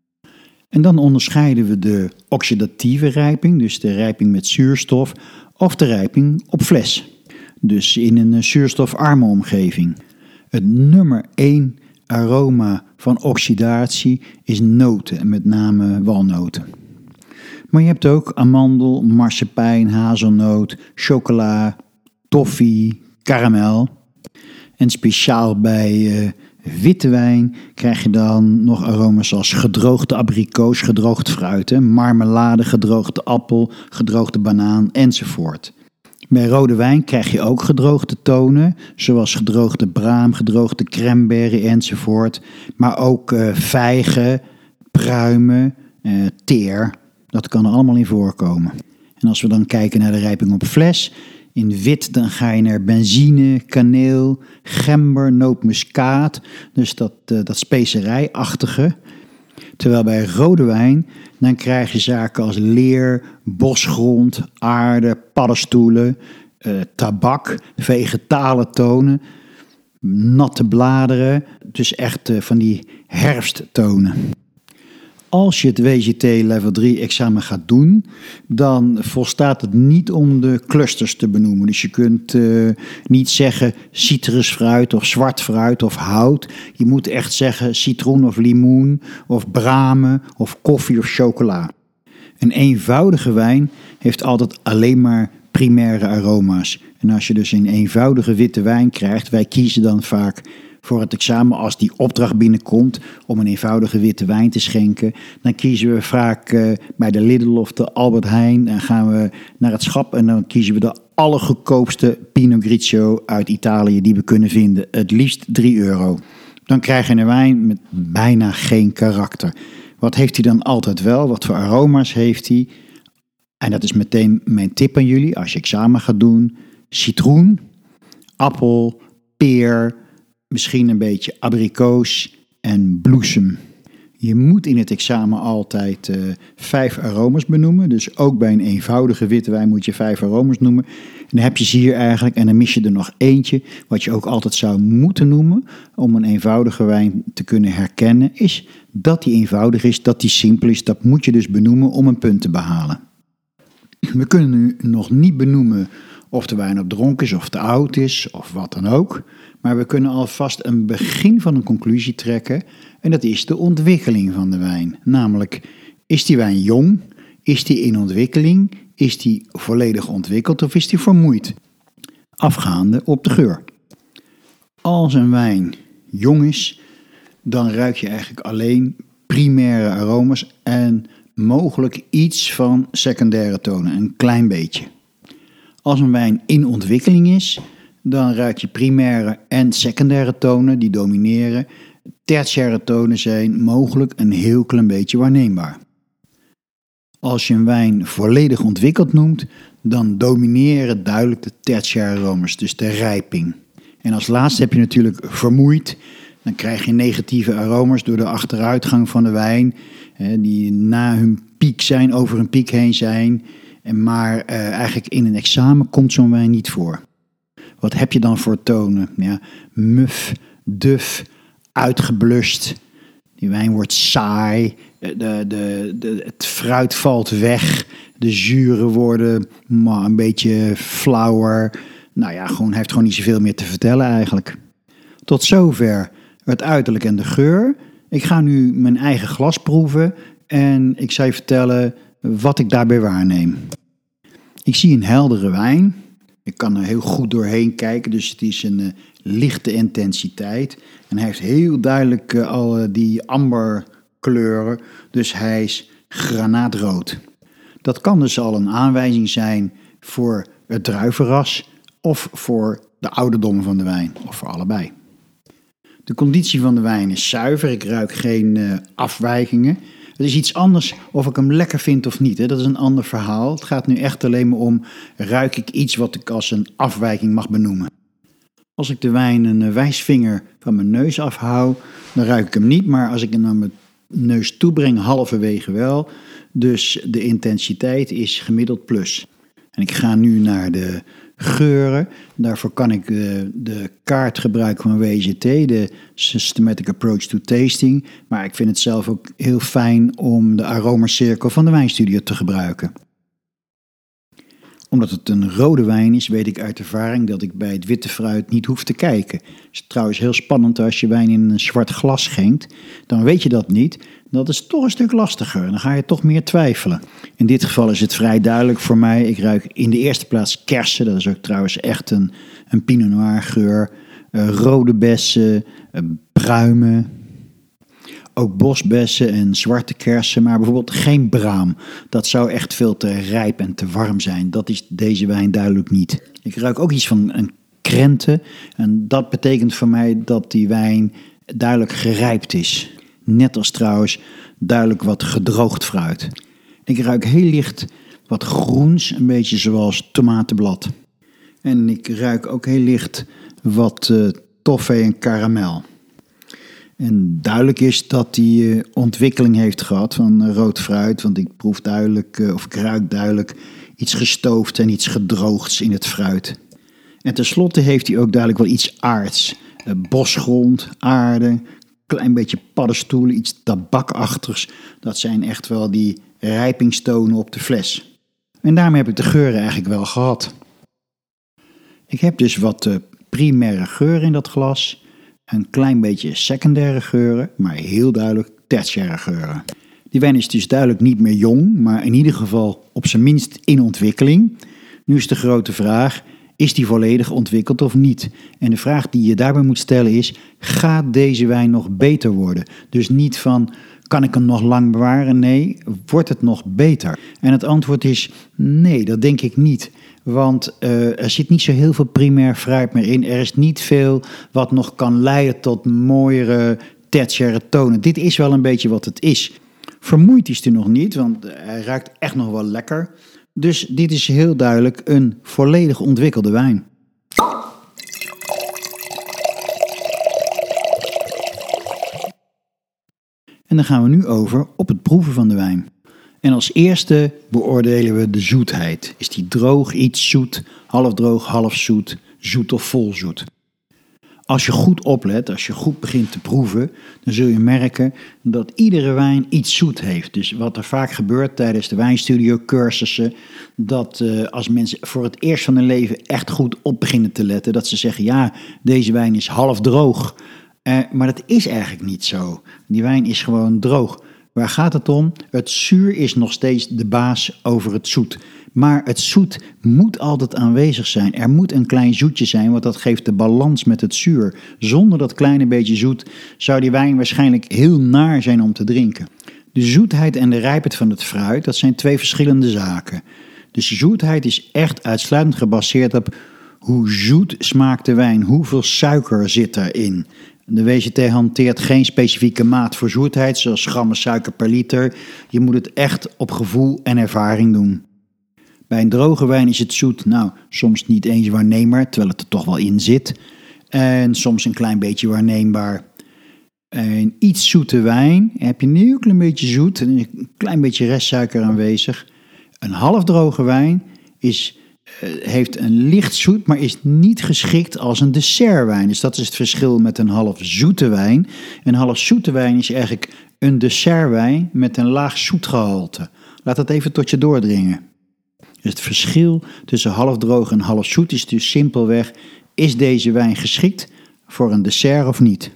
En dan onderscheiden we de oxidatieve rijping, dus de rijping met zuurstof, of de rijping op fles. Dus in een zuurstofarme omgeving. Het nummer één aroma van oxidatie is noten, en met name walnoten. Maar je hebt ook amandel, marsepein, hazelnoot, chocola, toffee, karamel. En speciaal bij uh, witte wijn krijg je dan nog aroma's zoals gedroogde abrikoos, gedroogd fruit, hè, marmelade, gedroogde appel, gedroogde banaan enzovoort. Bij rode wijn krijg je ook gedroogde tonen, zoals gedroogde braam, gedroogde cranberry enzovoort. Maar ook uh, vijgen, pruimen, uh, teer, dat kan er allemaal in voorkomen. En als we dan kijken naar de rijping op fles, in wit dan ga je naar benzine, kaneel, gember, nootmuskaat, dus dat, uh, dat specerijachtige. Terwijl bij rode wijn, dan krijg je zaken als leer, bosgrond, aarde, paddenstoelen, uh, tabak, vegetale tonen, natte bladeren. Dus echt uh, van die herfsttonen. Als je het W G T level drie examen gaat doen, dan volstaat het niet om de clusters te benoemen. Dus je kunt uh, niet zeggen citrusfruit of zwart fruit of hout. Je moet echt zeggen citroen of limoen of bramen of koffie of chocola. Een eenvoudige wijn heeft altijd alleen maar primaire aroma's. En als je dus een eenvoudige witte wijn krijgt, wij kiezen dan vaak voor het examen, als die opdracht binnenkomt om een eenvoudige witte wijn te schenken, dan kiezen we vaak uh, bij de Lidl of de Albert Heijn. Dan gaan we naar het schap en dan kiezen we de allergoedkoopste Pinot Grigio uit Italië die we kunnen vinden. Het liefst drie euro. Dan krijg je een wijn met bijna geen karakter. Wat heeft hij dan altijd wel? Wat voor aroma's heeft hij? En dat is meteen mijn tip aan jullie als je examen gaat doen. Citroen, appel, peer, misschien een beetje abrikoos en bloesem. Je moet in het examen altijd uh, vijf aroma's benoemen. Dus ook bij een eenvoudige witte wijn moet je vijf aroma's noemen. En dan heb je ze hier eigenlijk en dan mis je er nog eentje. Wat je ook altijd zou moeten noemen om een eenvoudige wijn te kunnen herkennen, is dat die eenvoudig is, dat die simpel is. Dat moet je dus benoemen om een punt te behalen. We kunnen nu nog niet benoemen of de wijn op dronken is of te oud is of wat dan ook. Maar we kunnen alvast een begin van een conclusie trekken. En dat is de ontwikkeling van de wijn. Namelijk, is die wijn jong? Is die in ontwikkeling? Is die volledig ontwikkeld of is die vermoeid? Afgaande op de geur. Als een wijn jong is, dan ruik je eigenlijk alleen primaire aroma's en mogelijk iets van secundaire tonen, een klein beetje. Als een wijn in ontwikkeling is, dan ruik je primaire en secundaire tonen die domineren. Tertiaire tonen zijn mogelijk een heel klein beetje waarneembaar. Als je een wijn volledig ontwikkeld noemt, dan domineren duidelijk de tertiaire aroma's, dus de rijping. En als laatste heb je natuurlijk vermoeid. Dan krijg je negatieve aroma's door de achteruitgang van de wijn, die na hun piek zijn, over hun piek heen zijn. Maar uh, eigenlijk in een examen komt zo'n wijn niet voor. Wat heb je dan voor tonen? Ja, muf, duf, uitgeblust. Die wijn wordt saai. De, de, de, het fruit valt weg. De zuren worden maar, een beetje flauwer. Nou ja, gewoon, hij heeft gewoon niet zoveel meer te vertellen eigenlijk. Tot zover het uiterlijk en de geur. Ik ga nu mijn eigen glas proeven en ik zal je vertellen wat ik daarbij waarneem. Ik zie een heldere wijn. Ik kan er heel goed doorheen kijken, dus het is een uh, lichte intensiteit. En hij heeft heel duidelijk uh, al uh, die amberkleuren, dus hij is granaatrood. Dat kan dus al een aanwijzing zijn voor het druivenras of voor de ouderdom van de wijn, of voor allebei. De conditie van de wijn is zuiver, ik ruik geen uh, afwijkingen. Het is iets anders of ik hem lekker vind of niet, hè. Dat is een ander verhaal. Het gaat nu echt alleen maar om, ruik ik iets wat ik als een afwijking mag benoemen. Als ik de wijn een wijsvinger van mijn neus afhou, dan ruik ik hem niet. Maar als ik hem naar mijn neus toebreng, halverwege wel. Dus de intensiteit is gemiddeld plus. En ik ga nu naar de geuren. Daarvoor kan ik de, de kaart gebruiken van W S T, de Systematic Approach to Tasting. Maar ik vind het zelf ook heel fijn om de aromacirkel van de wijnstudio te gebruiken. Omdat het een rode wijn is, weet ik uit ervaring dat ik bij het witte fruit niet hoef te kijken. Het is trouwens heel spannend als je wijn in een zwart glas schenkt. Dan weet je dat niet. Dat is toch een stuk lastiger. Dan ga je toch meer twijfelen. In dit geval is het vrij duidelijk voor mij. Ik ruik in de eerste plaats kersen. Dat is ook trouwens echt een, een Pinot Noir geur. Uh, rode bessen, uh, pruimen. Ook bosbessen en zwarte kersen, maar bijvoorbeeld geen braam. Dat zou echt veel te rijp en te warm zijn. Dat is deze wijn duidelijk niet. Ik ruik ook iets van een krenten. En dat betekent voor mij dat die wijn duidelijk gerijpt is. Net als trouwens duidelijk wat gedroogd fruit. Ik ruik heel licht wat groens, een beetje zoals tomatenblad. En ik ruik ook heel licht wat uh, toffee en karamel. En duidelijk is dat die uh, ontwikkeling heeft gehad van uh, rood fruit. Want ik proef duidelijk, uh, of ik ruik duidelijk iets gestoofd en iets gedroogds in het fruit. En tenslotte heeft hij ook duidelijk wel iets aards. Uh, bosgrond, aarde, klein beetje paddenstoelen, iets tabakachtigs. Dat zijn echt wel die rijpingstonen op de fles. En daarmee heb ik de geuren eigenlijk wel gehad. Ik heb dus wat uh, primaire geuren in dat glas. Een klein beetje secundaire geuren, maar heel duidelijk tertiaire geuren. Die wijn is dus duidelijk niet meer jong, maar in ieder geval op zijn minst in ontwikkeling. Nu is de grote vraag, is die volledig ontwikkeld of niet? En de vraag die je daarbij moet stellen is, gaat deze wijn nog beter worden? Dus niet van, kan ik hem nog lang bewaren? Nee, wordt het nog beter? En het antwoord is, nee, dat denk ik niet. Want uh, er zit niet zo heel veel primair fruit meer in. Er is niet veel wat nog kan leiden tot mooiere tertiaire tonen. Dit is wel een beetje wat het is. Vermoeid is hij nog niet, want hij ruikt echt nog wel lekker. Dus dit is heel duidelijk een volledig ontwikkelde wijn. En dan gaan we nu over op het proeven van de wijn. En als eerste beoordelen we de zoetheid. Is die droog, iets zoet, half droog, half zoet, zoet of volzoet? Als je goed oplet, als je goed begint te proeven, dan zul je merken dat iedere wijn iets zoet heeft. Dus wat er vaak gebeurt tijdens de wijnstudio cursussen, dat uh, als mensen voor het eerst van hun leven echt goed op beginnen te letten, dat ze zeggen, ja, deze wijn is half droog. Uh, maar dat is eigenlijk niet zo. Die wijn is gewoon droog. Waar gaat het om? Het zuur is nog steeds de baas over het zoet. Maar het zoet moet altijd aanwezig zijn. Er moet een klein zoetje zijn, want dat geeft de balans met het zuur. Zonder dat kleine beetje zoet zou die wijn waarschijnlijk heel naar zijn om te drinken. De zoetheid en de rijpheid van het fruit, dat zijn twee verschillende zaken. Dus de zoetheid is echt uitsluitend gebaseerd op hoe zoet smaakt de wijn, hoeveel suiker zit erin. De W S T hanteert geen specifieke maat voor zoetheid, zoals grammen suiker per liter. Je moet het echt op gevoel en ervaring doen. Bij een droge wijn is het zoet, nou, soms niet eens waarneembaar, terwijl het er toch wel in zit. En soms een klein beetje waarneembaar. Een iets zoete wijn heb je een heel klein beetje zoet en een klein beetje restsuiker aanwezig. Een halfdroge wijn is... heeft een licht zoet, maar is niet geschikt als een dessertwijn. Dus dat is het verschil met een half zoete wijn. Een half zoete wijn is eigenlijk een dessertwijn met een laag zoetgehalte. Laat dat even tot je doordringen. Dus het verschil tussen halfdroog en half zoet is dus simpelweg, is deze wijn geschikt voor een dessert of niet?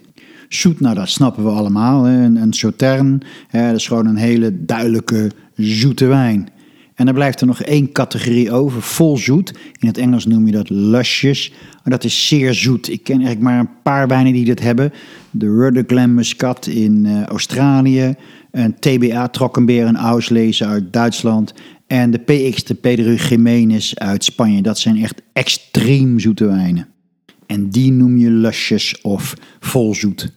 Zoet, nou dat snappen we allemaal. Hè? Een, een Sauterne, hè, dat is gewoon een hele duidelijke zoete wijn. En dan blijft er nog één categorie over, vol zoet. In het Engels noem je dat luscious. Maar dat is zeer zoet. Ik ken eigenlijk maar een paar wijnen die dat hebben. De Rudderglen Muscat in uh, Australië. Een T B A Trockenbeer en Auslese uit Duitsland. En de P X de Pedro Jiménez uit Spanje. Dat zijn echt extreem zoete wijnen. En die noem je luscious of volzoet.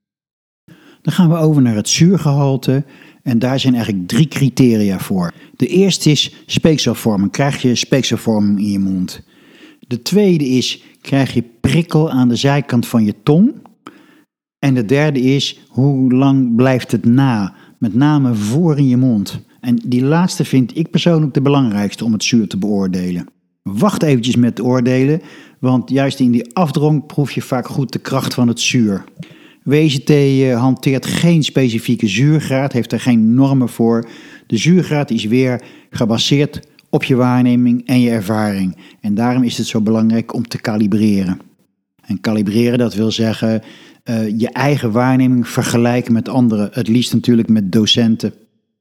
Dan gaan we over naar het zuurgehalte. En daar zijn eigenlijk drie criteria voor. De eerste is speekselvorming. Krijg je speekselvorming in je mond. De tweede is, krijg je prikkel aan de zijkant van je tong. En de derde is, hoe lang blijft het na? Met name voor in je mond. En die laatste vind ik persoonlijk de belangrijkste om het zuur te beoordelen. Wacht eventjes met het oordelen, want juist in die afdronk proef je vaak goed de kracht van het zuur. W C T hanteert geen specifieke zuurgraad, heeft er geen normen voor. De zuurgraad is weer gebaseerd op je waarneming en je ervaring. En daarom is het zo belangrijk om te kalibreren. En kalibreren, dat wil zeggen uh, je eigen waarneming vergelijken met anderen. Het liefst natuurlijk met docenten.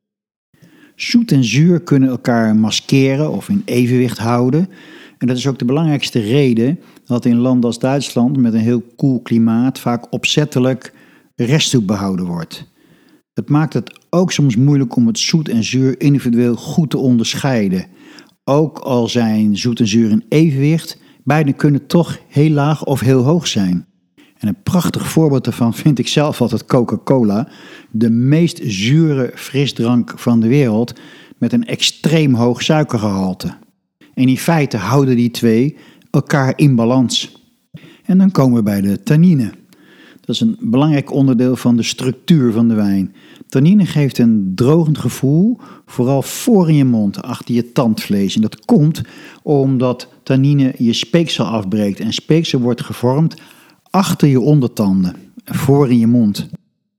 Zoet en zuur kunnen elkaar maskeren of in evenwicht houden. En dat is ook de belangrijkste reden dat in landen als Duitsland met een heel koel klimaat vaak opzettelijk restzoet behouden wordt. Het maakt het ook soms moeilijk om het zoet en zuur individueel goed te onderscheiden. Ook al zijn zoet en zuur in evenwicht, beide kunnen toch heel laag of heel hoog zijn. En een prachtig voorbeeld daarvan vind ik zelf altijd Coca-Cola, de meest zure frisdrank van de wereld met een extreem hoog suikergehalte. En in feite houden die twee elkaar in balans. En dan komen we bij de tannine. Dat is een belangrijk onderdeel van de structuur van de wijn. Tannine geeft een drogend gevoel, vooral voor in je mond, achter je tandvlees. En dat komt omdat tannine je speeksel afbreekt. En speeksel wordt gevormd achter je ondertanden, voor in je mond.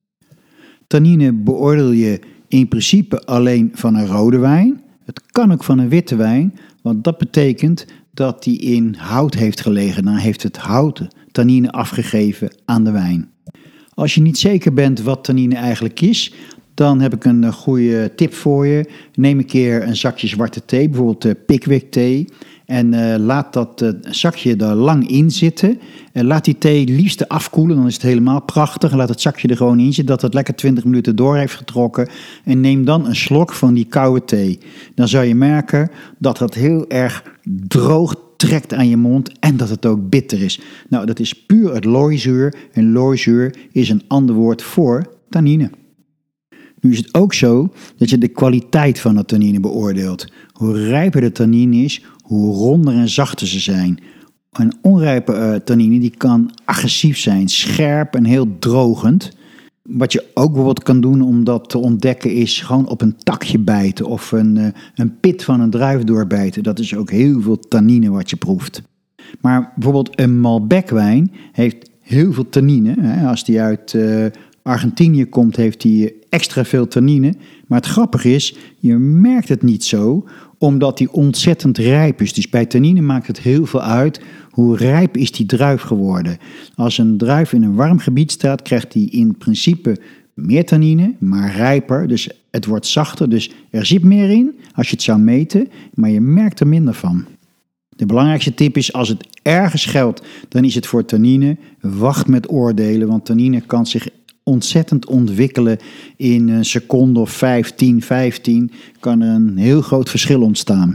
Tannine beoordeel je in principe alleen van een rode wijn. Het kan ook van een witte wijn, want dat betekent dat die in hout heeft gelegen. Dan heeft het hout tannine afgegeven aan de wijn. Als je niet zeker bent wat tannine eigenlijk is, dan heb ik een goede tip voor je. Neem een keer een zakje zwarte thee, bijvoorbeeld Pickwick thee. En uh, laat dat uh, zakje er lang in zitten. En laat die thee liefst afkoelen, dan is het helemaal prachtig. En laat het zakje er gewoon in zitten, dat het lekker twintig minuten door heeft getrokken. En neem dan een slok van die koude thee. Dan zal je merken dat het heel erg droog trekt aan je mond en dat het ook bitter is. Nou, dat is puur het looizuur. En looizuur is een ander woord voor tannine. Nu is het ook zo dat je de kwaliteit van de tannine beoordeelt. Hoe rijper de tannine is, hoe ronder en zachter ze zijn. Een onrijpe uh, tannine die kan agressief zijn, scherp en heel drogend. Wat je ook bijvoorbeeld kan doen om dat te ontdekken is gewoon op een takje bijten of een, uh, een pit van een druif doorbijten. Dat is ook heel veel tannine wat je proeft. Maar bijvoorbeeld een Malbec wijn heeft heel veel tannine. Hè. Als die uit uh, Argentinië komt, heeft die extra veel tannine. Maar het grappige is, je merkt het niet zo, omdat die ontzettend rijp is. Dus bij tannine maakt het heel veel uit hoe rijp is die druif geworden. Als een druif in een warm gebied staat, krijgt die in principe meer tannine, maar rijper. Dus het wordt zachter, dus er zit meer in als je het zou meten, maar je merkt er minder van. De belangrijkste tip is, als het ergens geldt, dan is het voor tannine. Wacht met oordelen, want tannine kan zich ontzettend ontwikkelen. In een seconde of vijf, tien, vijftien kan er een heel groot verschil ontstaan.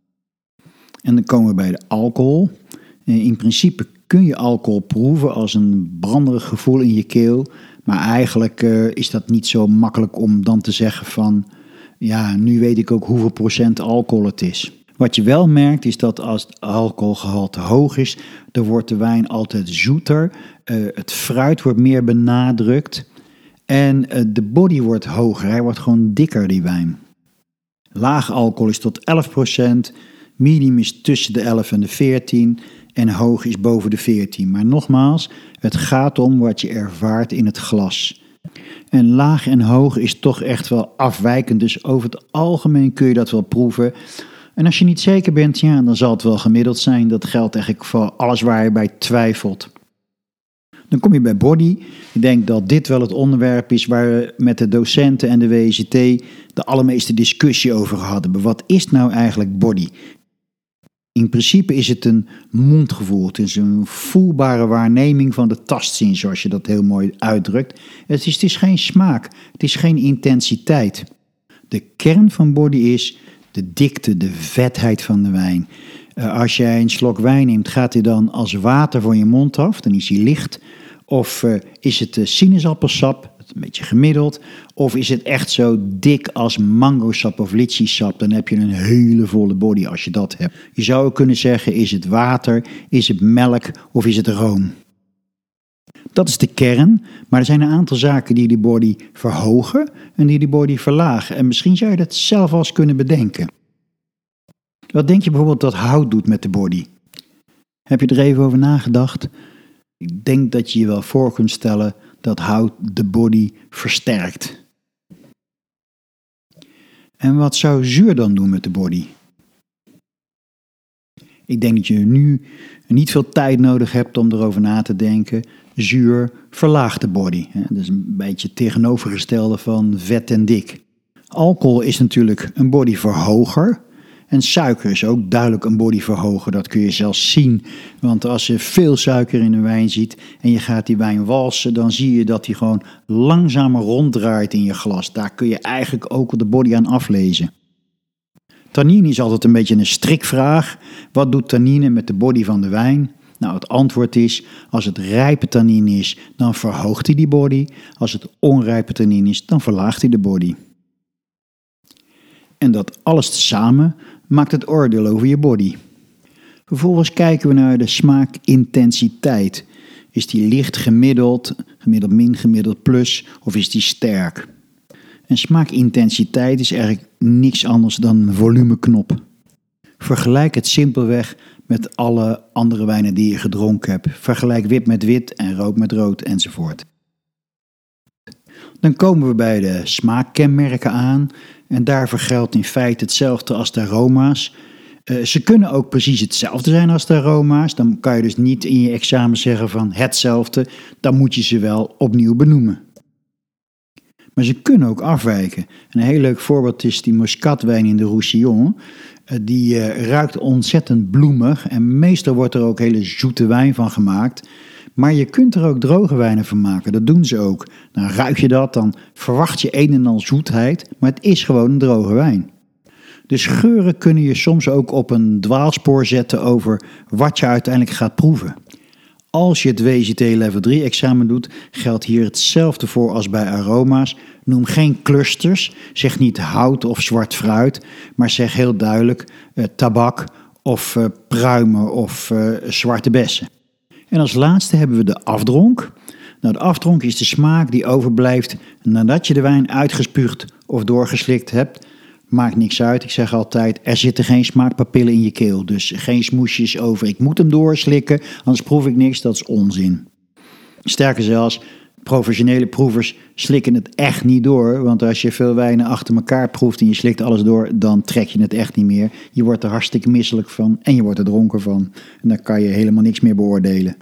En dan komen we bij de alcohol. In principe kun je alcohol proeven als een branderig gevoel in je keel. Maar eigenlijk uh, is dat niet zo makkelijk om dan te zeggen van, ja, nu weet ik ook hoeveel procent alcohol het is. Wat je wel merkt is dat als het alcoholgehalte hoog is, dan wordt de wijn altijd zoeter. Uh, het fruit wordt meer benadrukt en uh, de body wordt hoger. Hij wordt gewoon dikker, die wijn. Laag alcohol is tot elf procent, medium is tussen de elf en de veertien en hoog is boven de veertien. Maar nogmaals, het gaat om wat je ervaart in het glas. En laag en hoog is toch echt wel afwijkend, dus over het algemeen kun je dat wel proeven. En als je niet zeker bent, ja, dan zal het wel gemiddeld zijn. Dat geldt eigenlijk voor alles waar je bij twijfelt. Dan kom je bij body. Ik denk dat dit wel het onderwerp is waar we met de docenten en de W C T de allermeeste discussie over gehad hebben. Wat is nou eigenlijk body? In principe is het een mondgevoel. Het is een voelbare waarneming van de tastzin, zoals je dat heel mooi uitdrukt. Het is, het is geen smaak, het is geen intensiteit. De kern van body is de dikte, de vetheid van de wijn. Uh, als jij een slok wijn neemt, gaat hij dan als water van je mond af, dan is hij licht. Of uh, is het uh, sinaasappelsap, een beetje gemiddeld. Of is het echt zo dik als mangosap of lycheesap, dan heb je een hele volle body als je dat hebt. Je zou ook kunnen zeggen, is het water, is het melk of is het room? Dat is de kern, maar er zijn een aantal zaken die die body verhogen en die die body verlagen. En misschien zou je dat zelf al eens kunnen bedenken. Wat denk je bijvoorbeeld dat hout doet met de body? Heb je er even over nagedacht? Ik denk dat je je wel voor kunt stellen dat hout de body versterkt. En wat zou zuur dan doen met de body? Ik denk dat je nu niet veel tijd nodig hebt om erover na te denken. Zuur verlaagt de body. Dat is een beetje het tegenovergestelde van vet en dik. Alcohol is natuurlijk een bodyverhoger. En suiker is ook duidelijk een bodyverhoger. Dat kun je zelfs zien. Want als je veel suiker in een wijn ziet en je gaat die wijn walsen, dan zie je dat die gewoon langzamer ronddraait in je glas. Daar kun je eigenlijk ook de body aan aflezen. Tannine is altijd een beetje een strikvraag. Wat doet tannine met de body van de wijn? Nou, het antwoord is, als het rijpe tannine is, dan verhoogt hij die body. Als het onrijpe tannine is, dan verlaagt hij de body. En dat alles tezamen maakt het oordeel over je body. Vervolgens kijken we naar de smaakintensiteit. Is die licht gemiddeld, gemiddeld min, gemiddeld plus, of is die sterk? En smaakintensiteit is eigenlijk niks anders dan een volumeknop. Vergelijk het simpelweg met alle andere wijnen die je gedronken hebt. Vergelijk wit met wit en rood met rood enzovoort. Dan komen we bij de smaakkenmerken aan. En daarvoor geldt in feite hetzelfde als de aroma's. Uh, ze kunnen ook precies hetzelfde zijn als de aroma's. Dan kan je dus niet in je examen zeggen van hetzelfde. Dan moet je ze wel opnieuw benoemen. Maar ze kunnen ook afwijken. En een heel leuk voorbeeld is die Muscatwijn in de Roussillon. Uh, die uh, ruikt ontzettend bloemig. En meestal wordt er ook hele zoete wijn van gemaakt. Maar je kunt er ook droge wijnen van maken, dat doen ze ook. Dan ruik je dat, dan verwacht je een en al zoetheid, maar het is gewoon een droge wijn. Dus geuren kunnen je soms ook op een dwaalspoor zetten over wat je uiteindelijk gaat proeven. Als je het W C T Level drie examen doet, geldt hier hetzelfde voor als bij aroma's. Noem geen clusters, zeg niet hout of zwart fruit, maar zeg heel duidelijk eh, tabak of eh, pruimen of eh, zwarte bessen. En als laatste hebben we de afdronk. Nou, de afdronk is de smaak die overblijft nadat je de wijn uitgespuugd of doorgeslikt hebt. Maakt niks uit, ik zeg altijd, er zitten geen smaakpapillen in je keel. Dus geen smoesjes over, ik moet hem doorslikken, anders proef ik niks, dat is onzin. Sterker zelfs, professionele proevers slikken het echt niet door. Want als je veel wijnen achter elkaar proeft en je slikt alles door, dan trek je het echt niet meer. Je wordt er hartstikke misselijk van en je wordt er dronken van. En dan kan je helemaal niks meer beoordelen.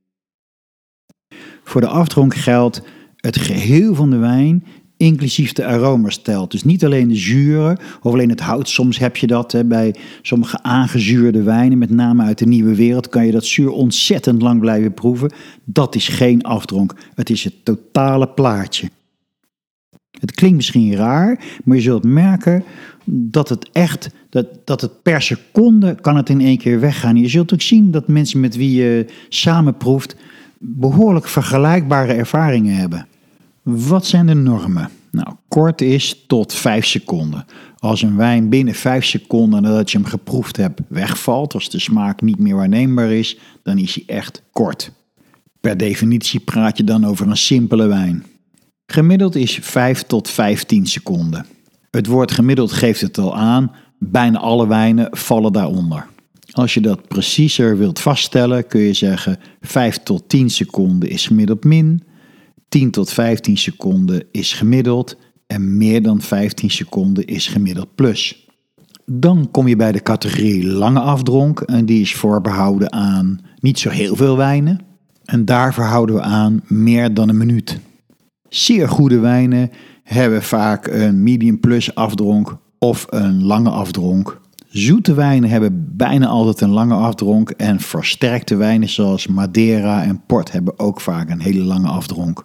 Voor de afdronk geldt het geheel van de wijn, inclusief de aroma's telt. Dus niet alleen de zuren of alleen het hout. Soms heb je dat hè, bij sommige aangezuurde wijnen, met name uit de nieuwe wereld, kan je dat zuur ontzettend lang blijven proeven. Dat is geen afdronk. Het is het totale plaatje. Het klinkt misschien raar, maar je zult merken dat het echt, dat, dat het per seconde kan het in één keer weggaan. Je zult ook zien dat mensen met wie je samen proeft behoorlijk vergelijkbare ervaringen hebben. Wat zijn de normen? Nou, kort is tot vijf seconden. Als een wijn binnen vijf seconden nadat je hem geproefd hebt wegvalt, als de smaak niet meer waarneembaar is, dan is hij echt kort. Per definitie praat je dan over een simpele wijn. Gemiddeld is vijf tot vijftien seconden. Het woord gemiddeld geeft het al aan, bijna alle wijnen vallen daaronder. Als je dat preciezer wilt vaststellen, kun je zeggen vijf tot tien seconden is gemiddeld min, tien tot vijftien seconden is gemiddeld en meer dan vijftien seconden is gemiddeld plus. Dan kom je bij de categorie lange afdronk en die is voorbehouden aan niet zo heel veel wijnen. En daarvoor houden we aan meer dan een minuut. Zeer goede wijnen hebben vaak een medium plus afdronk of een lange afdronk. Zoete wijnen hebben bijna altijd een lange afdronk en versterkte wijnen zoals Madeira en Port hebben ook vaak een hele lange afdronk.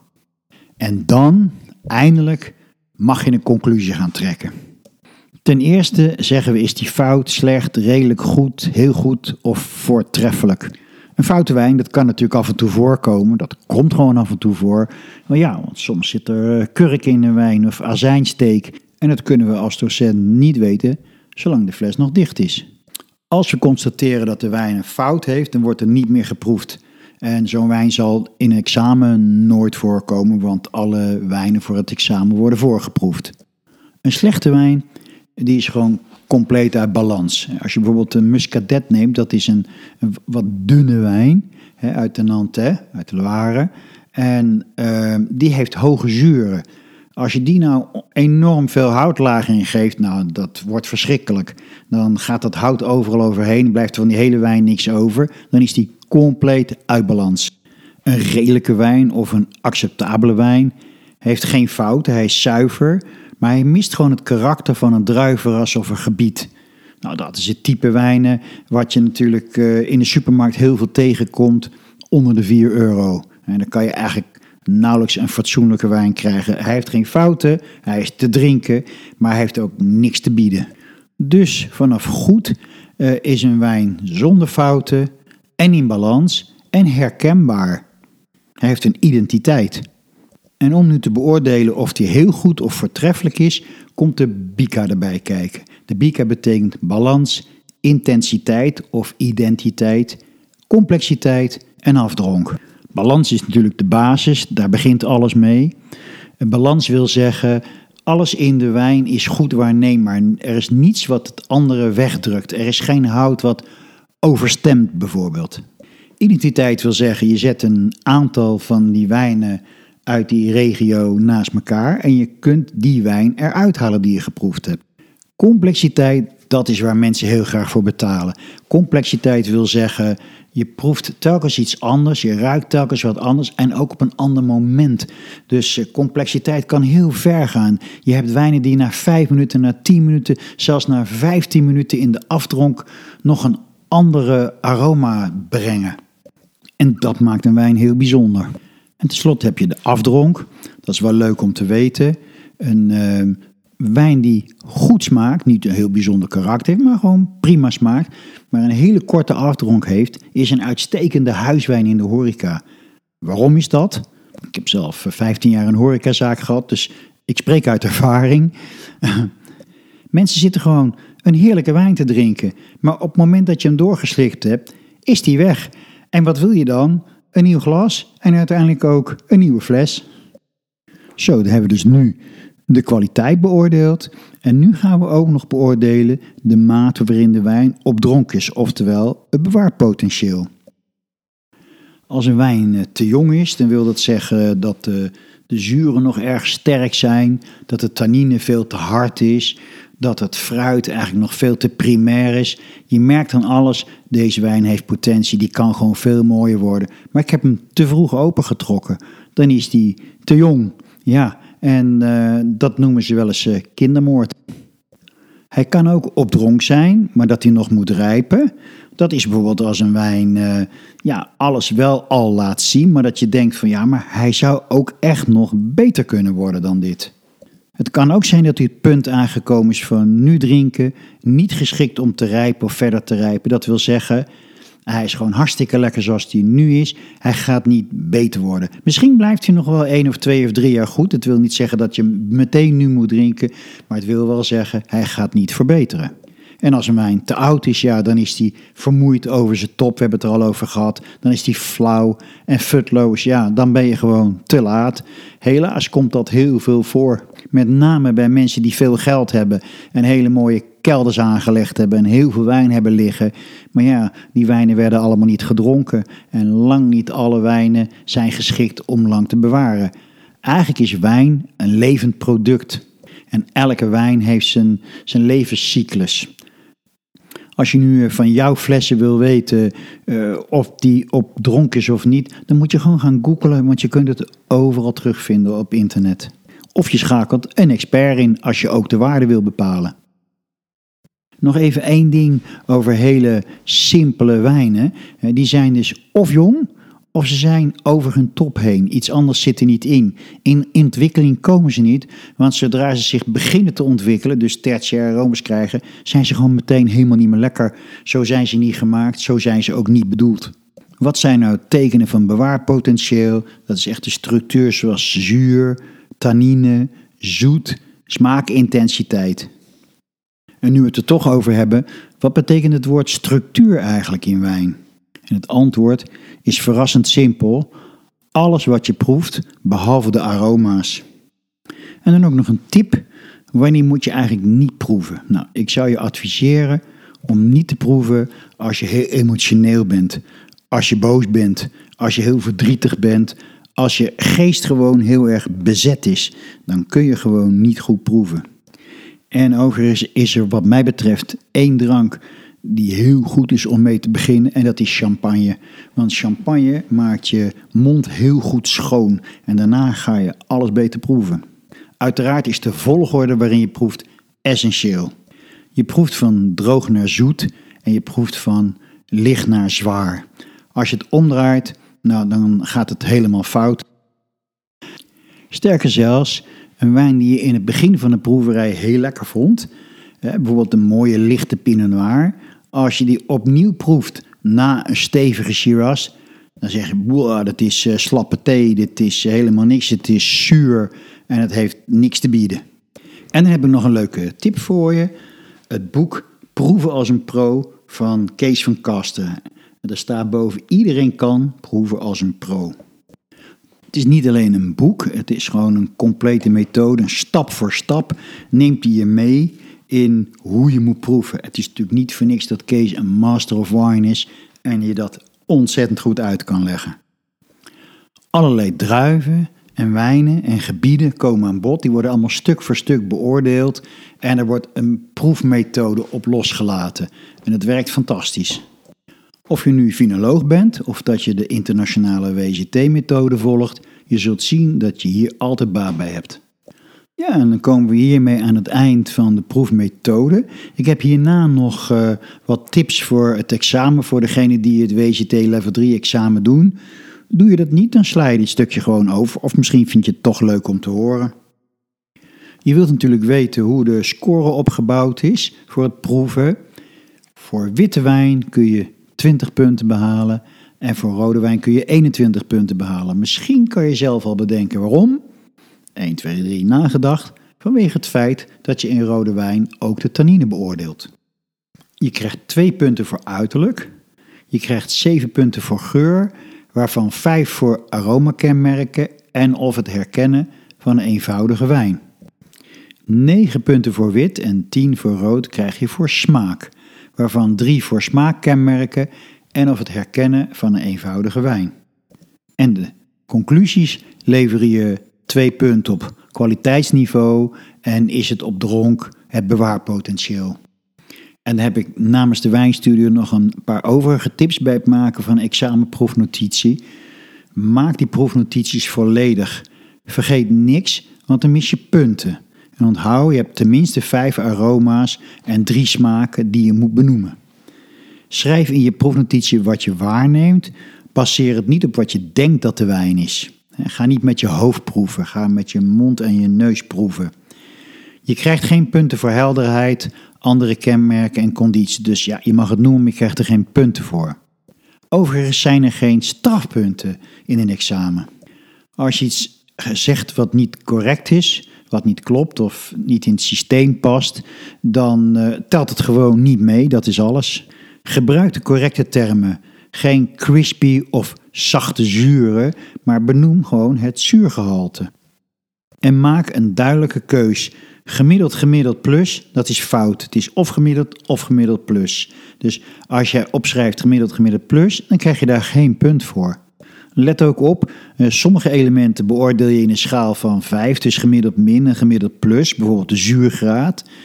En dan, eindelijk, mag je een conclusie gaan trekken. Ten eerste zeggen we, is die fout, slecht, redelijk goed, heel goed of voortreffelijk. Een foute wijn, dat kan natuurlijk af en toe voorkomen. Dat komt gewoon af en toe voor. Maar ja, want soms zit er kurk in de wijn of azijnsteek. En dat kunnen we als docent niet weten, zolang de fles nog dicht is. Als we constateren dat de wijn een fout heeft, dan wordt er niet meer geproefd. En zo'n wijn zal in een examen nooit voorkomen, want alle wijnen voor het examen worden voorgeproefd. Een slechte wijn, die is gewoon compleet uit balans. Als je bijvoorbeeld een Muscadet neemt, dat is een, een wat dunne wijn hè, uit de Nantais, uit de Loire. En uh, die heeft hoge zuren. Als je die nou enorm veel houtlaag in geeft, nou dat wordt verschrikkelijk. Dan gaat dat hout overal overheen, blijft er van die hele wijn niks over. Dan is die compleet uit balans. Een redelijke wijn of een acceptabele wijn heeft geen fouten, hij is zuiver. Maar hij mist gewoon het karakter van een druivenras of een gebied. Nou, dat is het type wijnen wat je natuurlijk uh, in de supermarkt heel veel tegenkomt onder de vier euro. En dan kan je eigenlijk nauwelijks een fatsoenlijke wijn krijgen. Hij heeft geen fouten, hij is te drinken, maar hij heeft ook niks te bieden. Dus vanaf goed uh, is een wijn zonder fouten en in balans en herkenbaar. Hij heeft een identiteit. En om nu te beoordelen of die heel goed of voortreffelijk is, komt de BICA erbij kijken. De BICA betekent balans, intensiteit of identiteit, complexiteit en afdronk. Balans is natuurlijk de basis, daar begint alles mee. Een balans wil zeggen, alles in de wijn is goed waarneembaar. Er is niets wat het andere wegdrukt. Er is geen hout wat overstemt bijvoorbeeld. Identiteit wil zeggen, je zet een aantal van die wijnen uit die regio naast elkaar en je kunt die wijn eruit halen die je geproefd hebt. Complexiteit, dat is waar mensen heel graag voor betalen. Complexiteit wil zeggen, je proeft telkens iets anders, je ruikt telkens wat anders en ook op een ander moment. Dus uh, complexiteit kan heel ver gaan. Je hebt wijnen die na vijf minuten, na tien minuten, zelfs na vijftien minuten in de afdronk nog een andere aroma brengen. En dat maakt een wijn heel bijzonder. En tenslotte heb je de afdronk. Dat is wel leuk om te weten. Een uh, wijn die goed smaakt, niet een heel bijzonder karakter heeft, maar gewoon prima smaakt, maar een hele korte afdronk heeft, is een uitstekende huiswijn in de horeca. Waarom is dat? Ik heb zelf vijftien jaar een horecazaak gehad, dus ik spreek uit ervaring. Mensen zitten gewoon een heerlijke wijn te drinken, maar op het moment dat je hem doorgeslikt hebt, is die weg. En wat wil je dan? Een nieuw glas en uiteindelijk ook een nieuwe fles. Zo, dan hebben we dus nu de kwaliteit beoordeeld. En nu gaan we ook nog beoordelen de mate waarin de wijn opdronken is, oftewel het bewaarpotentieel. Als een wijn te jong is, dan wil dat zeggen dat de, de zuren nog erg sterk zijn, dat de tannine veel te hard is, dat het fruit eigenlijk nog veel te primair is. Je merkt aan alles, deze wijn heeft potentie, die kan gewoon veel mooier worden. Maar ik heb hem te vroeg opengetrokken. Dan is die te jong. Ja, en uh, dat noemen ze wel eens uh, kindermoord. Hij kan ook opdronk zijn, maar dat hij nog moet rijpen. Dat is bijvoorbeeld als een wijn uh, ja, alles wel al laat zien, maar dat je denkt van ja, maar hij zou ook echt nog beter kunnen worden dan dit. Het kan ook zijn dat hij het punt aangekomen is van nu drinken, niet geschikt om te rijpen of verder te rijpen. Dat wil zeggen, hij is gewoon hartstikke lekker zoals hij nu is. Hij gaat niet beter worden. Misschien blijft hij nog wel één of twee of drie jaar goed. Het wil niet zeggen dat je meteen nu moet drinken, maar het wil wel zeggen, hij gaat niet verbeteren. En als een wijn te oud is, ja, dan is hij vermoeid over zijn top. We hebben het er al over gehad. Dan is hij flauw en futloos. Ja, dan ben je gewoon te laat. Helaas komt dat heel veel voor. Met name bij mensen die veel geld hebben en hele mooie kelders aangelegd hebben en heel veel wijn hebben liggen. Maar ja, die wijnen werden allemaal niet gedronken. En lang niet alle wijnen zijn geschikt om lang te bewaren. Eigenlijk is wijn een levend product. En elke wijn heeft zijn, zijn levenscyclus. Als je nu van jouw flessen wil weten uh, of die op dronk is of niet, dan moet je gewoon gaan googlen, want je kunt het overal terugvinden op internet. Of je schakelt een expert in als je ook de waarde wil bepalen. Nog even één ding over hele simpele wijnen. Die zijn dus of jong, of ze zijn over hun top heen. Iets anders zit er niet in. In ontwikkeling komen ze niet, want zodra ze zich beginnen te ontwikkelen, dus tertiaire aromas krijgen, zijn ze gewoon meteen helemaal niet meer lekker. Zo zijn ze niet gemaakt, zo zijn ze ook niet bedoeld. Wat zijn nou tekenen van bewaarpotentieel? Dat is echt de structuur zoals zuur, tannine, zoet, smaakintensiteit. En nu we het er toch over hebben, wat betekent het woord structuur eigenlijk in wijn? En het antwoord is verrassend simpel. Alles wat je proeft, behalve de aroma's. En dan ook nog een tip. Wanneer moet je eigenlijk niet proeven? Nou, ik zou je adviseren om niet te proeven als je heel emotioneel bent. Als je boos bent. Als je heel verdrietig bent. Als je geest gewoon heel erg bezet is. Dan kun je gewoon niet goed proeven. En overigens is er wat mij betreft één drank die heel goed is om mee te beginnen, en dat is champagne. Want champagne maakt je mond heel goed schoon en daarna ga je alles beter proeven. Uiteraard is de volgorde waarin je proeft essentieel. Je proeft van droog naar zoet en je proeft van licht naar zwaar. Als je het omdraait, nou, dan gaat het helemaal fout. Sterker zelfs, een wijn die je in het begin van de proeverij heel lekker vond, bijvoorbeeld een mooie lichte Pinot Noir, als je die opnieuw proeft na een stevige Shiraz, dan zeg je, wow, dat is uh, slappe thee, dit is helemaal niks, het is zuur en het heeft niks te bieden. En dan heb ik nog een leuke tip voor je. Het boek Proeven als een pro van Kees van Kasten. Daar staat boven, iedereen kan proeven als een pro. Het is niet alleen een boek, het is gewoon een complete methode, een stap voor stap neemt hij je mee in hoe je moet proeven. Het is natuurlijk niet voor niks dat Kees een master of wine is en je dat ontzettend goed uit kan leggen. Allerlei druiven en wijnen en gebieden komen aan bod. Die worden allemaal stuk voor stuk beoordeeld en er wordt een proefmethode op losgelaten. En het werkt fantastisch. Of je nu vinoloog bent of dat je de internationale W G T-methode volgt, je zult zien dat je hier altijd baat bij hebt. Ja, en dan komen we hiermee aan het eind van de proefmethode. Ik heb hierna nog uh, wat tips voor het examen, voor degene die het W G T Level drie examen doen. Doe je dat niet, dan sla je dit stukje gewoon over. Of misschien vind je het toch leuk om te horen. Je wilt natuurlijk weten hoe de score opgebouwd is voor het proeven. Voor witte wijn kun je twintig punten behalen en voor rode wijn kun je eenentwintig punten behalen. Misschien kan je zelf al bedenken waarom. één, twee, drie nagedacht, vanwege het feit dat je in rode wijn ook de tannine beoordeelt. Je krijgt twee punten voor uiterlijk, je krijgt zeven punten voor geur, waarvan vijf voor aromakenmerken en of het herkennen van een eenvoudige wijn. negen punten voor wit en tien voor rood krijg je voor smaak, waarvan drie voor smaakkenmerken en of het herkennen van een eenvoudige wijn. En de conclusies leveren je twee punten op kwaliteitsniveau en is het op dronk het bewaarpotentieel. En dan heb ik namens de wijnstudio nog een paar overige tips bij het maken van examenproefnotitie. Maak die proefnotities volledig. Vergeet niks, want dan mis je punten. En onthoud, je hebt tenminste vijf aroma's en drie smaken die je moet benoemen. Schrijf in je proefnotitie wat je waarneemt. Baseer het niet op wat je denkt dat de wijn is. Ga niet met je hoofd proeven, ga met je mond en je neus proeven. Je krijgt geen punten voor helderheid, andere kenmerken en condities. Dus ja, je mag het noemen, maar je krijgt er geen punten voor. Overigens zijn er geen strafpunten in een examen. Als je iets zegt wat niet correct is, wat niet klopt of niet in het systeem past, dan uh, telt het gewoon niet mee, dat is alles. Gebruik de correcte termen. Geen crispy of zachte zuren, maar benoem gewoon het zuurgehalte. En maak een duidelijke keus. Gemiddeld, gemiddeld plus, dat is fout. Het is of gemiddeld of gemiddeld plus. Dus als jij opschrijft gemiddeld, gemiddeld plus, dan krijg je daar geen punt voor. Let ook op, sommige elementen beoordeel je in een schaal van vijf, dus gemiddeld min en gemiddeld plus, bijvoorbeeld de zuurgraad.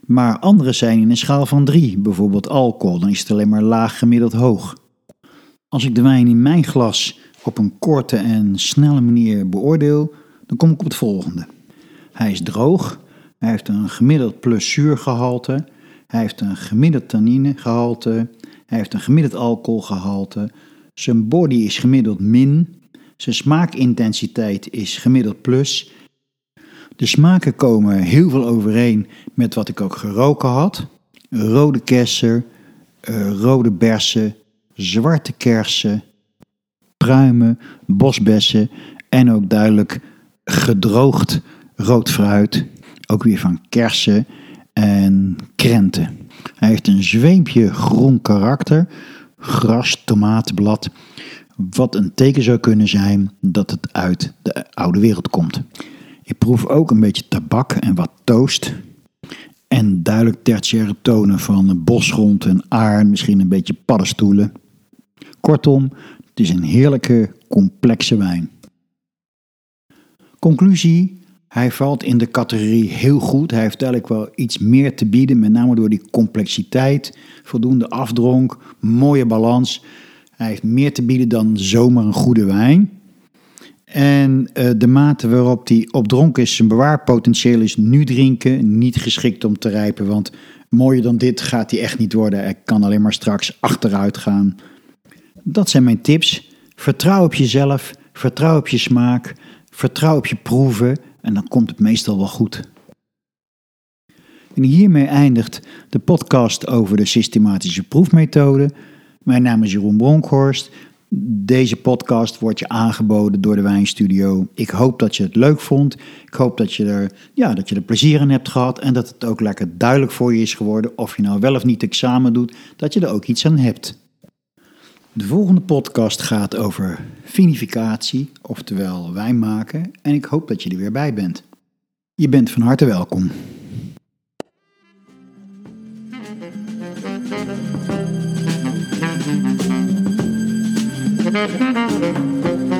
Maar andere zijn in een schaal van drie, bijvoorbeeld alcohol, dan is het alleen maar laag gemiddeld hoog. Als ik de wijn in mijn glas op een korte en snelle manier beoordeel, dan kom ik op het volgende. Hij is droog, hij heeft een gemiddeld plus zuurgehalte, hij heeft een gemiddeld tanninegehalte, hij heeft een gemiddeld alcoholgehalte, zijn body is gemiddeld min, zijn smaakintensiteit is gemiddeld plus. De smaken komen heel veel overeen met wat ik ook geroken had. Rode kersen, uh, rode bersen, zwarte kersen, pruimen, bosbessen en ook duidelijk gedroogd rood fruit. Ook weer van kersen en krenten. Hij heeft een zweempje groen karakter, gras, tomatenblad, wat een teken zou kunnen zijn dat het uit de oude wereld komt. Ik proef ook een beetje tabak en wat toast. En duidelijk tertiaire tonen van bosgrond en aarde, misschien een beetje paddenstoelen. Kortom, het is een heerlijke, complexe wijn. Conclusie, hij valt in de categorie heel goed. Hij heeft duidelijk wel iets meer te bieden, met name door die complexiteit, voldoende afdronk, mooie balans. Hij heeft meer te bieden dan zomaar een goede wijn. En uh, de mate waarop hij opdronken is, zijn bewaarpotentieel is nu drinken, niet geschikt om te rijpen, want mooier dan dit gaat hij echt niet worden. Hij kan alleen maar straks achteruit gaan. Dat zijn mijn tips. Vertrouw op jezelf, vertrouw op je smaak, vertrouw op je proeven en dan komt het meestal wel goed. En hiermee eindigt de podcast over de systematische proefmethode. Mijn naam is Jeroen Bronkhorst. Deze podcast wordt je aangeboden door de Wijnstudio. Ik hoop dat je het leuk vond. Ik hoop dat je er, ja, dat je er plezier in hebt gehad en dat het ook lekker duidelijk voor je is geworden of je nou wel of niet examen doet, dat je er ook iets aan hebt. De volgende podcast gaat over vinificatie, oftewel wijn maken, en ik hoop dat je er weer bij bent. Je bent van harte welkom. Thank you.